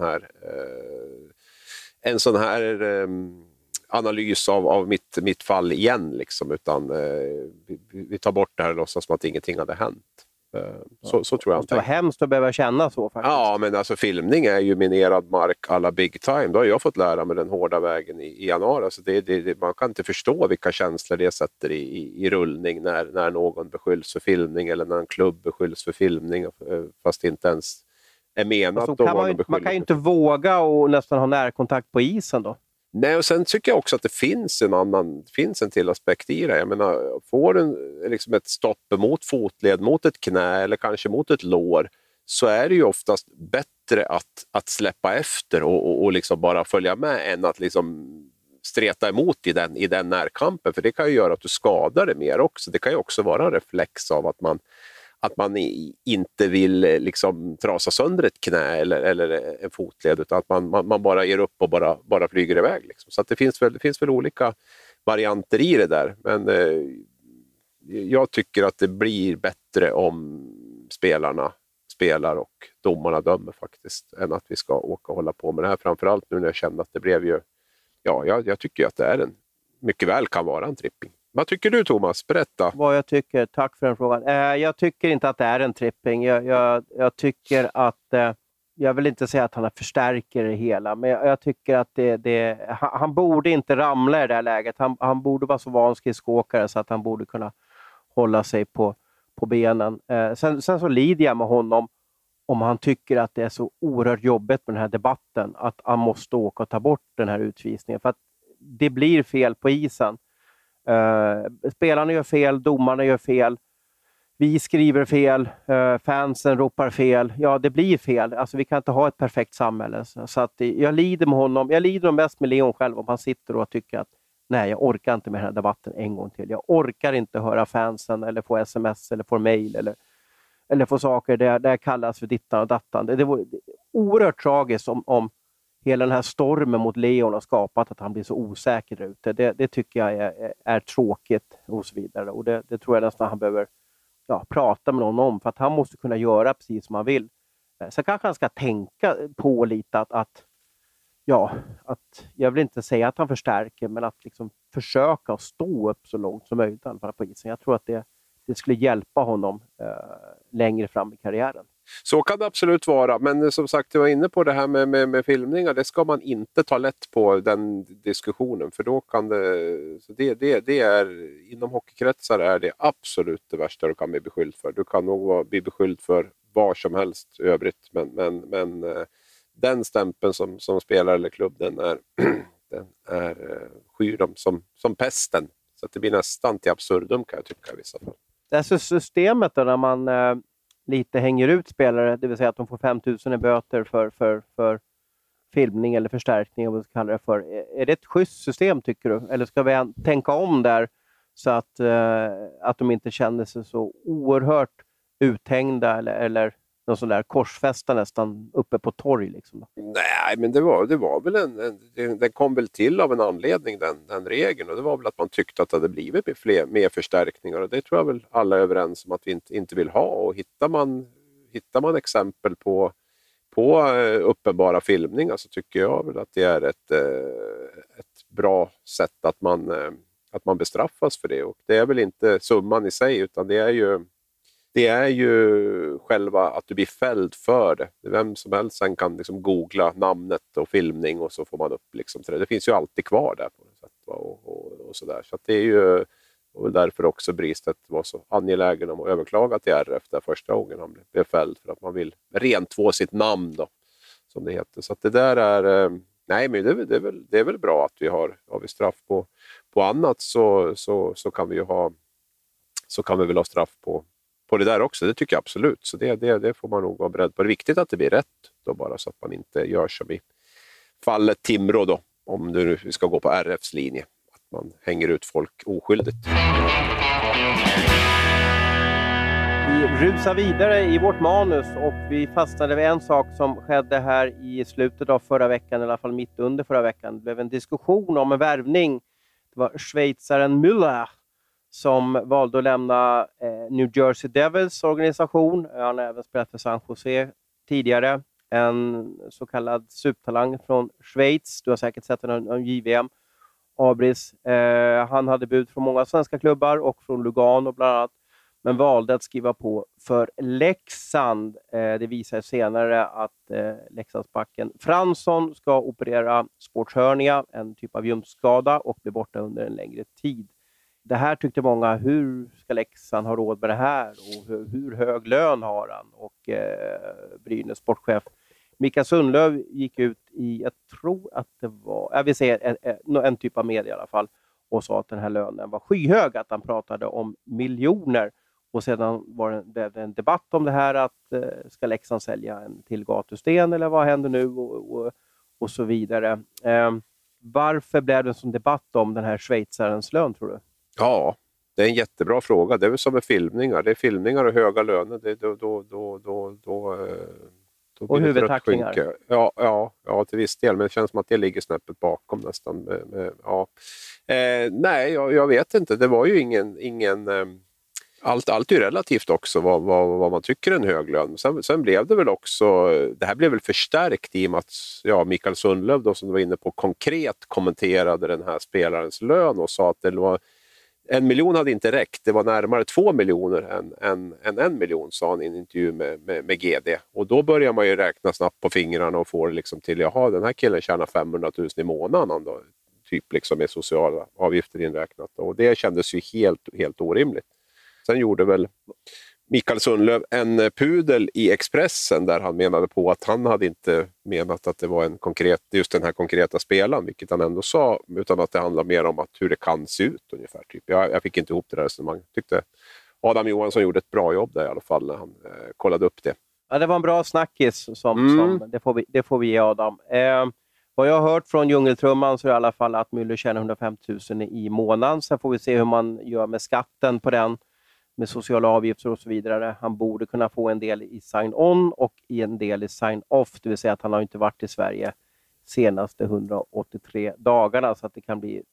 en sån här analys av mitt fall igen. Liksom, utan vi tar bort det här och låtsas som att ingenting hade hänt. Så tror jag. Det var hemskt att behöva känna så faktiskt. Ja, men alltså filmning är ju minerad mark alla big time. Då har jag fått lära mig den hårda vägen i januari. Alltså man kan inte förstå vilka känslor det sätter i rullning när någon beskylls för filmning eller när en klubb beskylls för filmning fast det inte ens är menat. Alltså, man kan ju inte våga och nästan ha närkontakt på isen då. Nej, och sen tycker jag också att det finns en till aspekt i det. Jag menar, får du liksom ett stopp mot fotled, mot ett knä eller kanske mot ett lår, så är det ju oftast bättre att släppa efter och liksom bara följa med än att liksom streta emot i den närkampen. För det kan ju göra att du skadar det mer också. Det kan ju också vara en reflex av att man inte vill liksom trasa sönder ett knä eller en fotled, utan att man bara ger upp och bara flyger iväg. Liksom. Så att det finns väl olika varianter i det där. Men jag tycker att det blir bättre om spelarna spelar och domarna dömer faktiskt, än att vi ska åka och hålla på med det här. Framförallt nu när jag kände att det blev ju... Ja, jag tycker att det är mycket väl kan vara en tripping. Vad tycker du, Thomas? Berätta. Vad jag tycker, tack för den frågan. Jag tycker inte att det är en tripping. Jag tycker att, jag vill inte säga att han förstärker det hela, men jag tycker att han borde inte ramla i det här läget. Han borde vara så van skridskoåkare så att han borde kunna hålla sig på benen. Sen så lider jag med honom om han tycker att det är så oerhört jobbigt med den här debatten, att han måste åka och ta bort den här utvisningen. För att det blir fel på isen. Spelarna gör fel, domarna gör fel, vi skriver fel, fansen ropar fel. Ja, det blir fel. Alltså, vi kan inte ha ett perfekt samhälle. Så att jag lider med honom. Jag lider mest med Leon själv, om han sitter och tycker att nej, jag orkar inte med den här debatten en gång till. Jag orkar inte höra fansen eller få sms eller få mail eller få saker där jag kallas för dittan och dattan. Det vore oerhört tragiskt om hela den här stormen mot Leon har skapat att han blir så osäker där ute. Det tycker jag är tråkigt och så vidare. Och det tror jag nästan han behöver prata med någon om. För att han måste kunna göra precis som han vill. Så kanske han ska tänka på lite att jag vill inte säga att han förstärker, men att liksom försöka stå upp så långt som möjligt på isen. Jag tror att det skulle hjälpa honom längre fram i karriären. Så kan det absolut vara, men som sagt, jag var inne på det här med filmningar. Det ska man inte ta lätt på, den diskussionen, för då kan det är, inom hockeykretsar är det absolut det värsta du kan bli beskylld för. Du kan nog bli beskylld för vad som helst i övrigt, men den stämpeln som spelare eller klubb, den är skyr dem som pesten. Så att det blir nästan till absurdum, kan jag tycka i vissa fall. Det här systemet då, när man lite hänger ut spelare, det vill säga att de får 5 000 i böter för filmning eller förstärkning, vad man ska kalla det för. Är det ett schysst system, tycker du? Eller ska vi tänka om där så att de inte känner sig så oerhört uthängda eller någon sån där korsfästa nästan uppe på torg liksom? Nej, men det var väl den kom väl till av en anledning, den regeln, och det var väl att man tyckte att det hade blivit mer förstärkningar, och det tror jag väl alla är överens om att vi inte vill ha. Och hittar man exempel på uppenbara filmningar, så tycker jag väl att det är ett bra sätt att man bestraffas för det. Och det är väl inte summan i sig, utan det är ju själva att du blir fälld för det. Vem som helst sen kan liksom googla namnet och filmning, och så får man upp liksom till det. Det finns ju alltid kvar där på något sätt, och sådär. Så att det är ju därför också Bristedt var så angelägen om att överklaga till RF där första gången han blev fälld, för att man vill rentvå sitt namn då, som det heter. Så att det där är... Nej, men det är väl bra att vi har vi straff på annat, så kan vi ju ha... Så kan vi väl ha straff på det där också, det tycker jag absolut. Så det får man nog vara beredd på. Det är viktigt att det blir rätt då, bara så att man inte gör som i fallet Timrå då, om du nu ska gå på RFs linje. Att man hänger ut folk oskyldigt. Vi rusar vidare i vårt manus och vi fastnade vid en sak som skedde här i slutet av förra veckan, i alla fall mitt under förra veckan. Det blev en diskussion om en värvning. Det var schweizaren Müller som valde att lämna New Jersey Devils organisation. Han har även spelat för San Jose tidigare. En så kallad supertalang från Schweiz. Du har säkert sett den om JVM. Abris. Han hade bud från många svenska klubbar och från Lugano bland annat. Men valde att skriva på för Leksand. Det visar senare att Leksandsbacken Fransson ska operera sportshörningar, en typ av ljumskskada, och bli borta under en längre tid. Det här tyckte många, hur ska Leksand ha råd med det här? Och hur hög lön har han? Och Brynäs sportchef Mikael Sundlöv gick ut i, jag tror att det var, jag vill säga en typ av media i alla fall, och sa att den här lönen var skyhög, att han pratade om miljoner. Och sedan var det en debatt om det här, att ska Leksand sälja en till gatusten eller vad händer nu och så vidare. Varför blev det en sån debatt om den här schweizarens lön, tror du? Ja, det är en jättebra fråga. Det är väl som med filmningar. Det är filmningar och höga löner. Och huvudtacklingar. Ja, till viss del. Men det känns som att det ligger snäppet bakom nästan. Nej, jag vet inte. Det var ju ingen allt är ju relativt också vad man tycker är en hög lön. Sen blev det väl också, det här blev väl förstärkt i och med att Mikael Sundlöv då, som du var inne på, konkret kommenterade den här spelarens lön och sa att det var 1 miljon hade inte räckt, det var närmare 2 miljoner än 1 miljon, sa han i en intervju med GD. Och då börjar man ju räkna snabbt på fingrarna och få det liksom till, jaha, den här killen tjänar 500 000 i månaden då, typ liksom med sociala avgifter inräknat. Och det kändes ju helt orimligt. Sen gjorde väl Mikael Sundlöv en pudel i Expressen där han menade på att han hade inte menat att det var just den här konkreta spelaren, vilket han ändå sa, utan att det handlar mer om hur det kan se ut ungefär. Typ. Jag fick inte ihop det där resonemanget. Tyckte Adam Johansson gjorde ett bra jobb där i alla fall när han kollade upp det. Ja, det var en bra snackis, det får vi ge Adam. Vad jag har hört från Djungeltrumman så är det i alla fall att Müller tjänar 150 000 i månaden. Sen får vi se hur man gör med skatten på den, med sociala avgifter och så vidare. Han borde kunna få en del i sign-on och en del i sign-off. Det vill säga att han har inte varit i Sverige senaste 183 dagarna. Så att det kan bli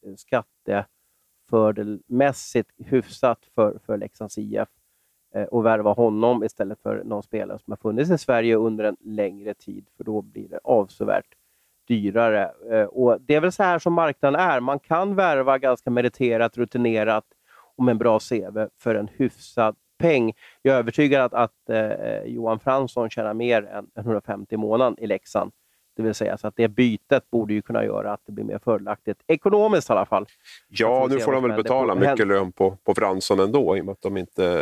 skattefördelmässigt hyfsat för Leksands IF och värva honom istället för någon spelare som har funnits i Sverige under en längre tid. För då blir det avsevärt dyrare. Och det är väl så här som marknaden är. Man kan värva ganska meriterat, rutinerat om en bra CV för en hyfsad peng. Jag är övertygad att Johan Fransson tjänar mer än 150 i månaden i Leksand. Det vill säga så att det bytet borde ju kunna göra att det blir mer fördelaktigt. Ekonomiskt i alla fall. Ja, nu får de väl betala mycket lön på Fransson ändå. I och med att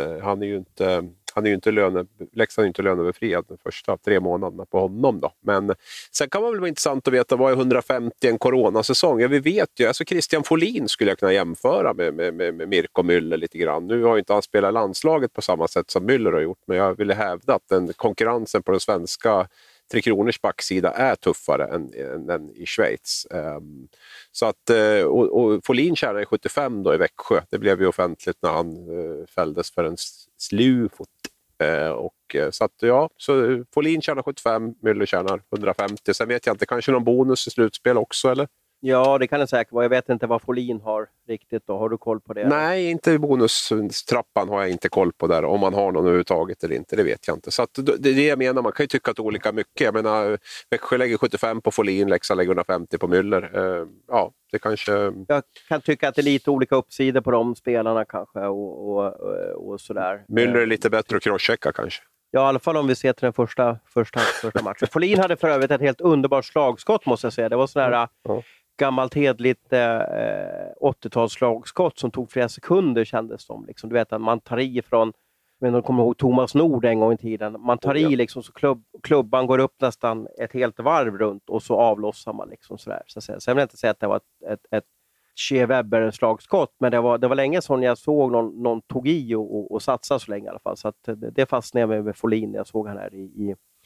Leksand är ju inte löneöverfriad de första 3 månaderna på honom då. Men sen kan man väl vara intressant att veta vad är 150 en coronasäsong? Ja, vi vet ju, alltså Christian Folin skulle jag kunna jämföra med Mirko Müller lite grann. Nu har ju inte han spelat landslaget på samma sätt som Müller har gjort, men jag ville hävda att konkurrensen på den svenska Tre Kronors backsida är tuffare än i Schweiz. Så att, och Folin tjänade 75 då i Växjö. Det blev ju offentligt när han fälldes för en slufot. Så att så Folin tjänar 75, Müller tjänar 150. Sen vet jag inte, kanske någon bonus i slutspel också, eller? Ja, det kan det säkert vara. Jag vet inte vad Folin har riktigt då. Har du koll på det? Nej, inte bonustrappan har jag inte koll på där. Om man har någon överhuvudtaget eller inte, det vet jag inte. Så att det är det jag menar, man kan ju tycka att olika mycket. Jag menar, Växjö lägger 75 på Folin, Leksand lägger 150 på Müller. Ja, det kanske... Jag kan tycka att det är lite olika uppsidor på de spelarna kanske och sådär. Müller är lite bättre att crosschecka kanske. Ja, i alla fall om vi ser till den första matchen. Folin hade för övrigt ett helt underbart slagskott, måste jag säga. Det var sådär gammalt hedligt 80-talsslagskott som tog flera sekunder, kändes som. Liksom, du vet att man tar i från, men de kommer ihåg Thomas Nord en gång i tiden. Man tar i liksom, så klubban går upp nästan ett helt varv runt och så avlossar man liksom sådär. Så jag vill inte säga att det var ett Shea Webber-slagskott, men det var länge sedan jag såg någon tog i och satsade så länge i alla fall. Så att det fastnade jag med Folin när jag såg han här i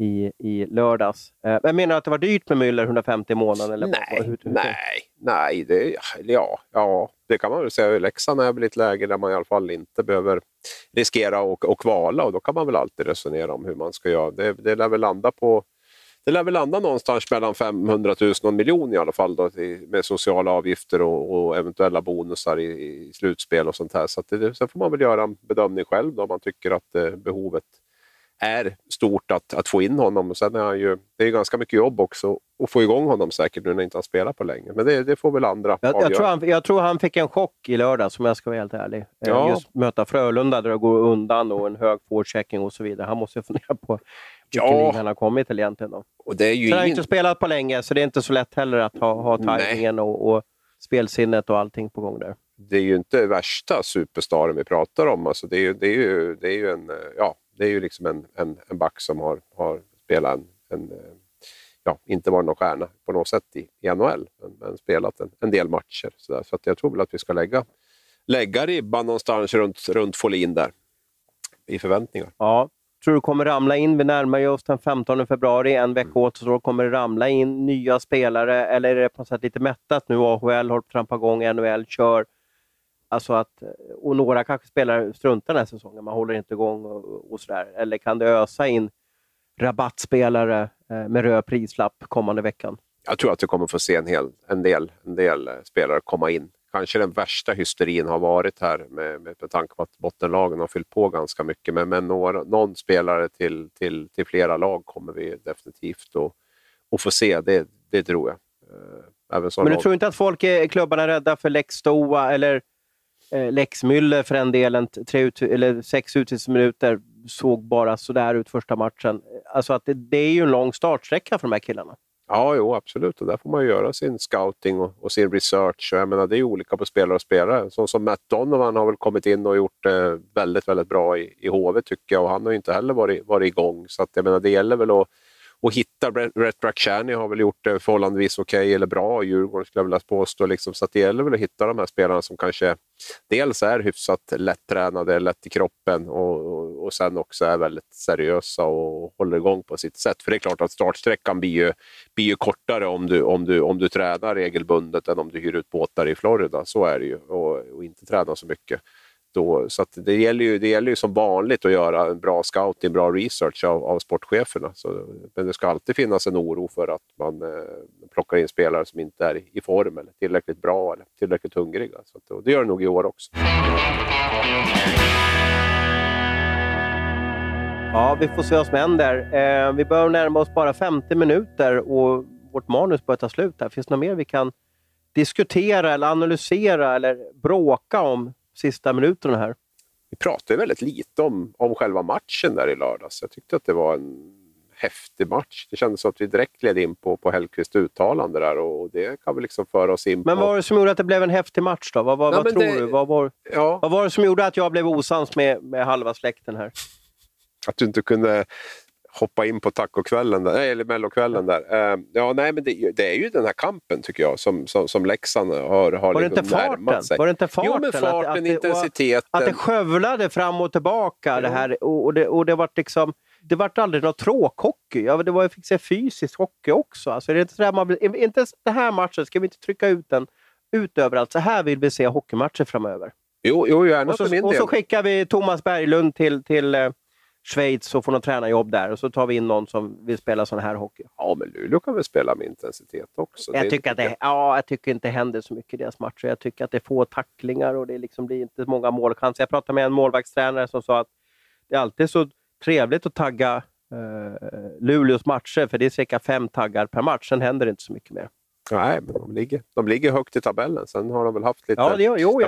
i lördags. Jag menar att det var dyrt med Müller, 150 i månaden? Eller Nej, det kan man väl säga. Leksand är väl ett läge där man i alla fall inte behöver riskera och kvala, och då kan man väl alltid resonera om hur man ska göra. Det lär väl landa någonstans mellan 500 000 och 1 miljon i alla fall då, med sociala avgifter och eventuella bonusar i slutspel och sånt här. Så sen får man väl göra en bedömning själv då, om man tycker att behovet är stort att få in honom. Och sen är det är ganska mycket jobb också att få igång honom säkert nu när inte han spelar på länge. Men det får väl andra avgöra. Jag tror han fick en chock i lördag, som jag ska vara helt ärlig. Ja. Just möta Frölunda där det går undan och en hög forechecking och så vidare. Han måste ju fundera på vilken liga han har kommit till egentligen då. Och det är ju han har inte spelat på länge, så det är inte så lätt heller att ha tajmingen och spelsinnet och allting på gång där. Det är ju inte värsta superstaren vi pratar om. Alltså det är ju liksom en back som har spelat inte varit någon stjärna på något sätt i NHL, men spelat en del matcher. Så att jag tror väl att vi ska lägga ribban någonstans runt Folin där i förväntningar. Ja, tror du kommer ramla in, vi närmar oss den 15 februari, en vecka återstår, kommer det ramla in nya spelare, eller är det på något sätt lite mättat nu? AHL har trampat igång, NHL kör. Alltså och några kanske spelar struntar den här säsongen, man håller inte igång och sådär. Eller kan det ösa in rabattspelare med röd prislapp kommande veckan? Jag tror att vi kommer få se en del spelare komma in. Kanske den värsta hysterin har varit här med tanke på att bottenlagen har fyllt på ganska mycket. Men någon spelare till flera lag kommer vi definitivt att få se. Det tror jag. Men du tror inte att folk i klubbarna är rädda för Lex Stoa eller Lex Müller för en delen, 6 utvisningsminuter såg bara sådär ut första matchen. Alltså att det är ju en lång startsträcka för de här killarna. Ja, jo, absolut. Och där får man göra sin scouting och sin research. Och jag menar, det är ju olika på spelare och spelare. Som Matt Donovan har väl kommit in och gjort väldigt, väldigt bra i HV tycker jag. Och han har ju inte heller varit igång. Så att jag menar, det gäller väl att hitta. Brett Bracciani har väl gjort det förhållandevis okej eller bra i Djurgården skulle jag vilja påstå. Liksom. Så att det gäller väl att hitta de här spelarna som kanske dels är hyfsat lättränade, lätt i kroppen och sen också är väldigt seriösa och håller igång på sitt sätt. För det är klart att startsträckan blir ju kortare om du tränar regelbundet än om du hyr ut båtar i Florida. Så är det ju. Och inte tränar så mycket. Så att det gäller ju som vanligt att göra en bra scouting, bra research av sportcheferna. Men det ska alltid finnas en oro för att man plockar in spelare som inte är i form eller tillräckligt bra eller tillräckligt hungriga. Så det gör det nog i år också. Ja, vi får se vad som händer. Vi börjar närma oss bara 50 minuter och vårt manus börjar ta slut här. Finns det något mer vi kan diskutera eller analysera eller bråka om sista minuterna här? Vi pratade väldigt lite om själva matchen där i lördags. Jag tyckte att det var en häftig match. Det kändes som att vi direkt led in på Hellqvists uttalande där och det kan vi liksom föra oss in på. Men vad var det som gjorde att det blev en häftig match då? Vad tror du? Vad var det som gjorde att jag blev osams med halva släkten här? Att du inte kunde hoppa in på tacokvällen där, eller mellokvällen där. Men det är ju den här kampen tycker jag som Leksand har var liksom närmat sig. Var det inte farten? Jo, men farten, intensiteten. Att det skövlade fram och tillbaka det här och det var liksom det var aldrig något tråkhockey. Jag fick se fysisk hockey också. Alltså, det är inte så där inte den här matchen ska vi inte trycka ut den ut överallt. Så här vill vi se hockeymatcher framöver. Jo, gärna för min del. Och så skickar vi Thomas Berglund till Schweiz och får någon tränarjobb där och så tar vi in någon som vill spela sån här hockey. Ja, men Luleå kan väl spela med intensitet också. Jag tycker inte det händer så mycket i deras matcher. Jag tycker att det är få tacklingar och det blir inte många målchanser. Jag pratade med en målvaktstränare som sa att det är alltid så trevligt att tagga Luleås matcher för det är cirka 5 taggar per match. Sen händer det inte så mycket mer. Nej, men de ligger högt i tabellen. Sen har de väl haft lite... Ja,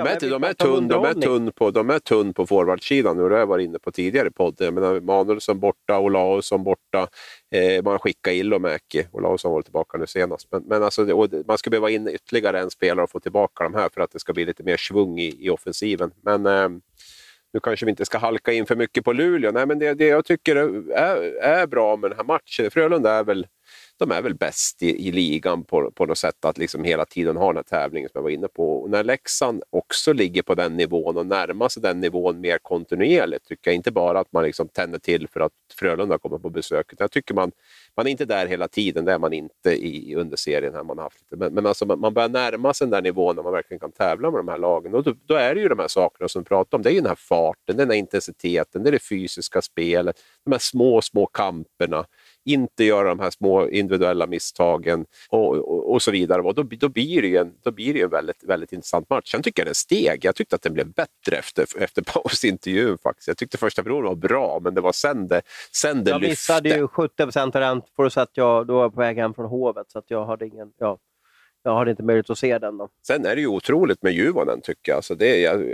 de är tunn på forwardsidan. Nu har jag varit inne på tidigare podd. Jag menar, Manuelsson borta, Olausson borta. Man skickar Ilomäki. Olausson var tillbaka nu senast. Men alltså, man ska behöva in ytterligare en spelare och få tillbaka de här för att det ska bli lite mer svung i offensiven. Men nu kanske vi inte ska halka in för mycket på Luleå. Nej, men det jag tycker är bra med den här matchen. Frölunda är väl de är väl bäst i ligan på något sätt att liksom hela tiden ha den här tävlingen som jag var inne på. Och när Leksand också ligger på den nivån och närmar sig den nivån mer kontinuerligt, tycker jag inte bara att man liksom tänder till för att Frölunda kommer på besök. Jag tycker man är inte där hela tiden, det är man inte i underserien här man har haft lite. Men alltså man börjar närma sig den där nivån när man verkligen kan tävla med de här lagen. Och då är det ju de här sakerna som vi pratar om. Det är ju den här farten, den här intensiteten, det är det fysiska spelet, de här små kamperna. Inte göra de här små individuella misstagen och så vidare. Och då blir det ju en väldigt, väldigt intressant match. Sen tycker jag den steg. Jag tyckte att den blev bättre efter pausintervjun faktiskt. Jag tyckte första perioden var bra, men det var sen det lyfte. Jag missade ju 70% av den för att jag då var på väg hem från Hovet, så att jag hade inte möjlighet att se den då. Sen är det ju otroligt med Juvonen, tycker jag. Alltså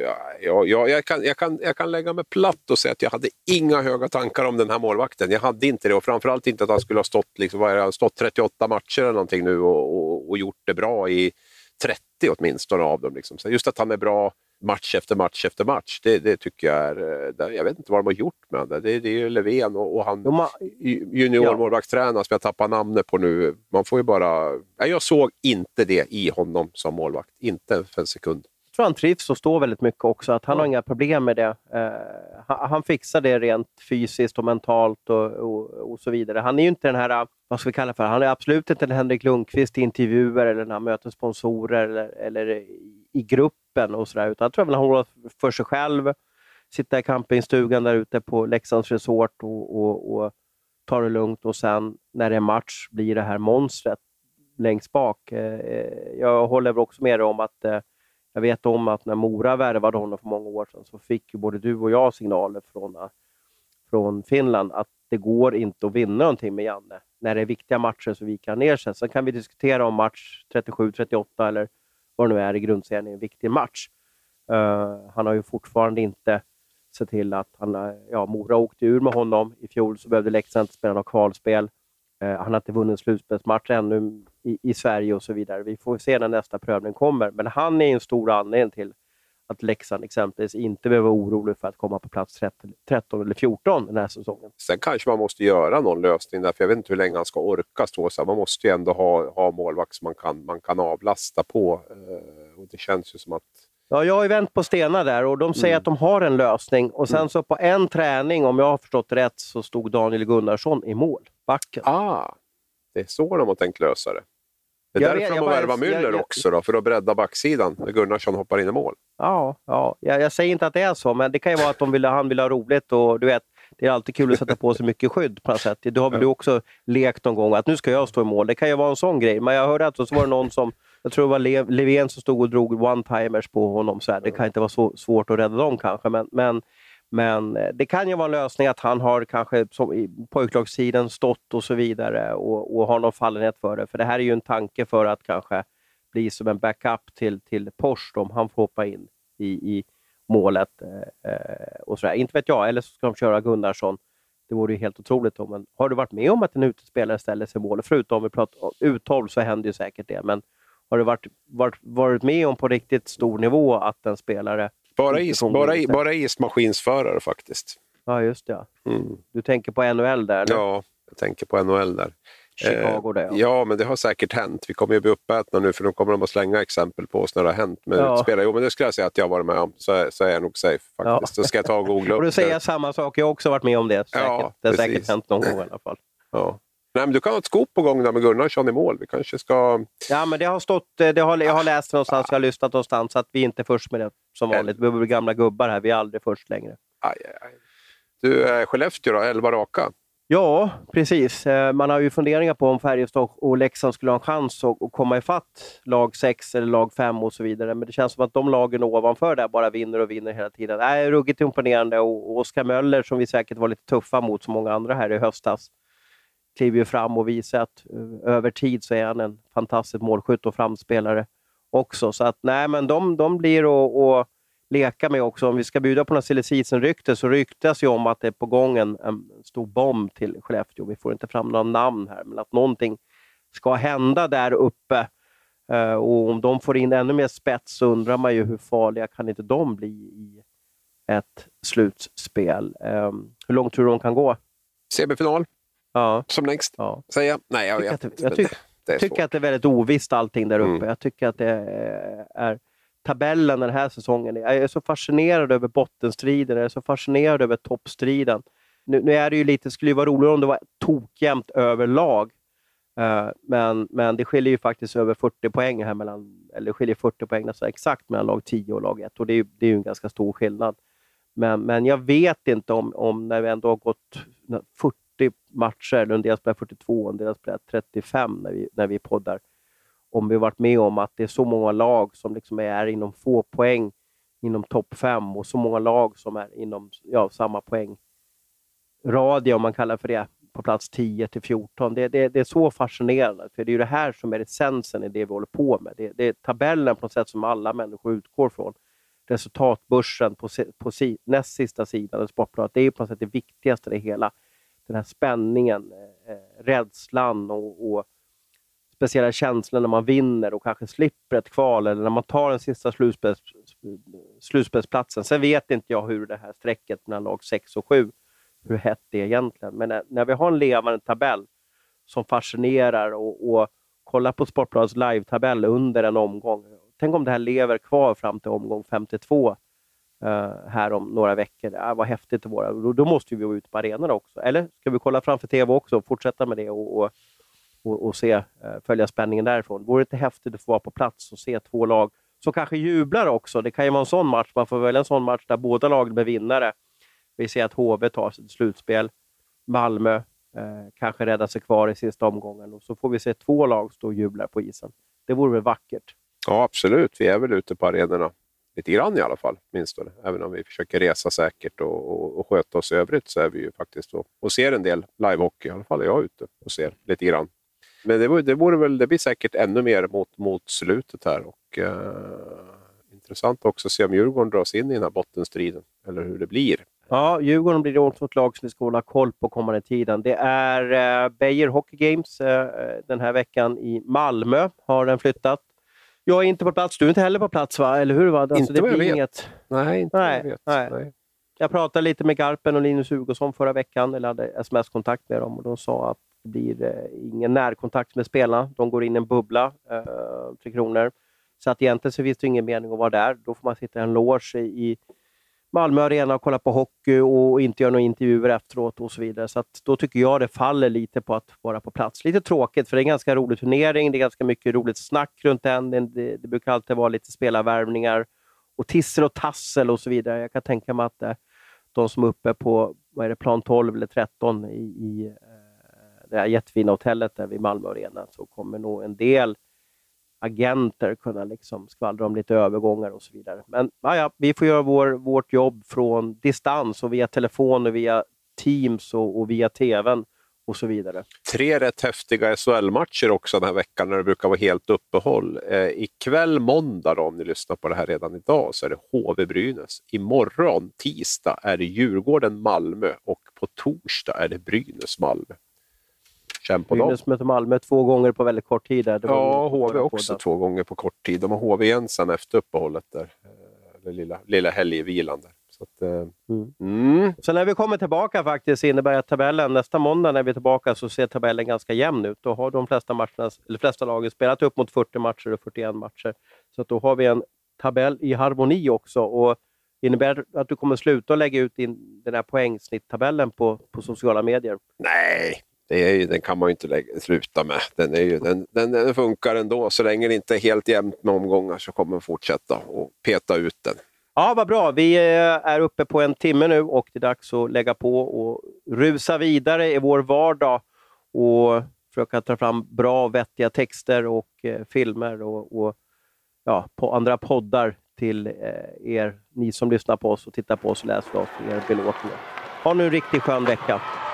jag kan lägga mig platt och säga att jag hade inga höga tankar om den här målvakten. Jag hade inte det, och framförallt inte att han skulle ha stått 38 matcher eller någonting nu och gjort det bra i 30 åtminstone av dem. Liksom. Så just att han är bra match efter match, det tycker jag är... Jag vet inte vad de har gjort med det. Det är ju Löfven och han juniormålvaktstränare som jag tappar namnet på nu. Man får ju bara... Jag såg inte det i honom som målvakt. Inte för en sekund. Jag tror han trivs och står väldigt mycket också. Att han har inga problem med det. Han fixar det rent fysiskt och mentalt och så vidare. Han är ju inte den här... Vad ska vi kalla för? Han är absolut inte en Henrik Lundqvist i intervjuer eller när han möter sponsorer eller i gruppen och sådär. Utan jag tror att han håller för sig själv. Sitta i campingstugan där ute på Leksands resort och ta det lugnt. Och sen när det är match blir det här monstret längst bak. Jag håller också med om att jag vet om att när Mora värvade honom för många år sedan så fick ju både du och jag signaler från Finland att det går inte att vinna någonting med Janne när det är viktiga matcher så vi kan ner sig. Sen kan vi diskutera om match 37-38 eller vad det nu är i grundserien är en viktig match. Han har ju fortfarande inte sett till att Mora åkte ur med honom. I fjol så behövde Leksand inte spela något kvalspel. Han har inte vunnit en slutspelsmatch ännu i Sverige och så vidare. Vi får se när nästa prövning kommer. Men han är en stor anledning till att Leksand exempelvis inte behöver vara orolig för att komma på plats 13 eller 14 den här säsongen. Sen kanske man måste göra någon lösning där, för jag vet inte hur länge han ska orka stå så här. Man måste ju ändå ha målvakt som man kan avlasta på. Och det känns ju som att... Ja, jag har ju vänt på stenar där och de säger att de har en lösning. Och sen så på en träning, om jag har förstått rätt, så stod Daniel Gunnarsson i mål. Backen. Det är så de har tänkt lösa det. Det är därför de har värvat Müller också då, för att bredda backsidan när Gunnarsson hoppar in i mål. Ja. Jag säger inte att det är så, men det kan ju vara att han vill ha roligt och du vet, det är alltid kul att sätta på sig mycket skydd på något sätt. Det har väl du också lekt någon gång, att nu ska jag stå i mål. Det kan ju vara en sån grej, men jag hörde att så var det någon som, jag tror det var Löfven som stod och drog one-timers på honom. Så här. Det kan inte vara så svårt att rädda dem kanske, men det kan ju vara en lösning att han har kanske som i pojklagssidan stått och så vidare och har någon fallenhet för det. För det här är ju en tanke för att kanske bli som en backup till Porsche om han får hoppa in i målet och sådär. Inte vet jag, eller så ska de köra Gunnarsson. Det vore ju helt otroligt. Men har du varit med om att en utespelare ställer sig i mål? Förutom om vi pratar om uthåll så händer ju säkert det. Men har du varit med om på riktigt stor nivå att en spelare... Bara ismaskinsförare faktiskt. Ja, just det. Du tänker på NHL där? Eller? Ja, jag tänker på NHL där. Chicago där. Ja, men det har säkert hänt. Vi kommer ju bli uppätna nu, för då kommer de att slänga exempel på oss när det har hänt med spelare. Jo, men det skulle jag säga att jag varit med om. Så är jag nog safe faktiskt. Så ska jag ta och googla upp. Och du säger samma sak. Jag har också varit med om det. Det har säkert hänt någon gång i alla fall. Ja. Nej, men du kan ha ett skop på gång där med Gunnarsson i mål. Vi kanske ska... Ja, men det har stått... jag har läst någonstans, jag har lyssnat någonstans, så att vi inte är först med det som vanligt. Vi blir gamla gubbar här, vi är aldrig först längre. Aj. Du, Skellefteå då, 11 raka? Ja, precis. Man har ju funderingar på om Färjestad och Leksand skulle ha en chans att komma ifatt lag 6 eller lag 5 och så vidare. Men det känns som att de lagen ovanför där bara vinner hela tiden. Det är ruggigt imponerande. Och Oskar Möller, som vi säkert var lite tuffa mot som många andra här i höstas, kliver ju fram och visar att över tid så är han en fantastisk målskytt och framspelare också. Så att nej, men de blir att leka med också. Om vi ska bjuda på några silly season-rykte så ryktas ju om att det är på gång en stor bomb till Skellefteå. Vi får inte fram några namn här, men att någonting ska hända där uppe. Och om de får in ännu mer spets så undrar man ju hur farliga kan inte de bli i ett slutspel. Hur långt tror du de kan gå? Semifinal. Ja. som längst. Ja. Säga? Nej, jag vet inte. Jag tycker att det är väldigt ovisst allting där uppe. Jag tycker att det är tabellen den här säsongen. Jag är så fascinerad över bottenstriden. Jag är så fascinerad över toppstriden. Nu är det ju lite, skulle ju vara roligare om det var tokjämnt överlag. Men det skiljer ju faktiskt över 40 poäng här mellan, eller skiljer 40 poäng nästan exakt mellan lag 10 och lag 1. Och det är ju en ganska stor skillnad. Men jag vet inte om när vi ändå har gått 40 matcher, en del spelar 42, en del spelar 35 när vi poddar. Om vi varit med om att det är så många lag som liksom är inom få poäng inom topp 5 och så många lag som är inom samma poäng radie, om man kallar för det, på plats 10 till 14. Det är så fascinerande, för det är ju det här som är essensen i det vi håller på med. Det är tabellen på något sätt som alla människor utgår från. Resultatbörsen på näst sista sidan av Sportbladet, det är på något sätt det viktigaste i det hela. Den här spänningen, rädslan och speciella känslor när man vinner och kanske slipper ett kval, eller när man tar den sista slutspelsplatsen. Sen vet inte jag hur det här strecket mellan lag 6 och 7, hur hett det är egentligen. Men när vi har en levande tabell som fascinerar och kolla på Sportbladets live-tabell under en omgång. Tänk om det här lever kvar fram till omgång 52 här om några veckor. Vad häftigt det vore. Då måste vi gå ut på arenorna också. Eller ska vi kolla framför tv också och fortsätta med det och se, följa spänningen därifrån. Vore det inte häftigt att få vara på plats och se två lag som kanske jublar också. Det kan ju vara en sån match. Man får välja en sån match där båda lagen blir vinnare. Vi ser att HV tar sitt slutspel. Malmö kanske räddar sig kvar i sista omgången. Och så får vi se två lag stå och jubla på isen. Det vore väl vackert. Ja, absolut. Vi är väl ute på arenorna. Lite grann i alla fall, minst det. Även om vi försöker resa säkert och sköta oss i övrigt, så är vi ju faktiskt och ser en del livehockey. I alla fall är jag ute och ser lite grann. Men det blir säkert ännu mer mot slutet här. Och intressant också att se om Djurgården dras in i den här bottenstriden. Eller hur det blir. Ja, Djurgården blir det också ett lag som vi ska hålla koll på kommande tiden. Det är Beijer Hockey Games den här veckan i Malmö. Har den flyttat. Jag är inte på plats. Du är inte heller på plats, va? Eller hur? Va? Alltså, inte det vad jag blir vet. inget... Nej, inte vad jag vet. Nej. Jag pratade lite med Garpen och Linus Hugosson förra veckan. Eller hade sms-kontakt med dem. Och de sa att det blir ingen närkontakt med spelarna. De går in i en bubbla, 3 kronor. Så att egentligen så finns det ingen mening att vara där. Då får man sitta i en loge i Malmö Arena och kolla på hockey och inte göra några intervjuer efteråt och så vidare. Så att då tycker jag det faller lite på att vara på plats. Lite tråkigt, för det är en ganska rolig turnering. Det är ganska mycket roligt snack runt den. Det brukar alltid vara lite spelarvärvningar och tissel och tassel och så vidare. Jag kan tänka mig att de som är uppe på plan 12 eller 13 i det här jättefina hotellet där vid Malmö Arena, så kommer nog en del agenter kunna liksom skvallra om lite övergångar och så vidare. Men vi får göra vårt jobb från distans och via telefon och via Teams och via tvn och så vidare. 3 rätt häftiga SHL-matcher också den här veckan när det brukar vara helt uppehåll. Ikväll måndag då, om ni lyssnar på det här redan idag, så är det HV-Brynäs. Imorgon tisdag är det Djurgården-Malmö och på torsdag är det Brynäs-Malmö. Brynäs möter Malmö 2 gånger på väldigt kort tid. Ja, HV också 2 gånger på kort tid. De har HV igen sen efter uppehållet där. Lilla helgvilan där. Så att, Så när vi kommer tillbaka faktiskt innebär att tabellen nästa måndag när vi är tillbaka så ser tabellen ganska jämn ut. Då har de flesta lagen spelat upp mot 40 matcher och 41 matcher. Så att då har vi en tabell i harmoni också. Och innebär att du kommer sluta lägga ut den här poängsnitttabellen på sociala medier? Nej. Den kan man ju inte sluta med. Den funkar ändå. Så länge det inte är helt jämnt med omgångar så kommer man fortsätta och peta ut den. Ja, vad bra. Vi är uppe på 1 timme nu och det är dags att lägga på och rusa vidare i vår vardag och försöka ta fram bra, vettiga texter och filmer och på andra poddar till er, ni som lyssnar på oss och tittar på oss och läser oss, er belåtning. Ha nu en riktigt skön vecka.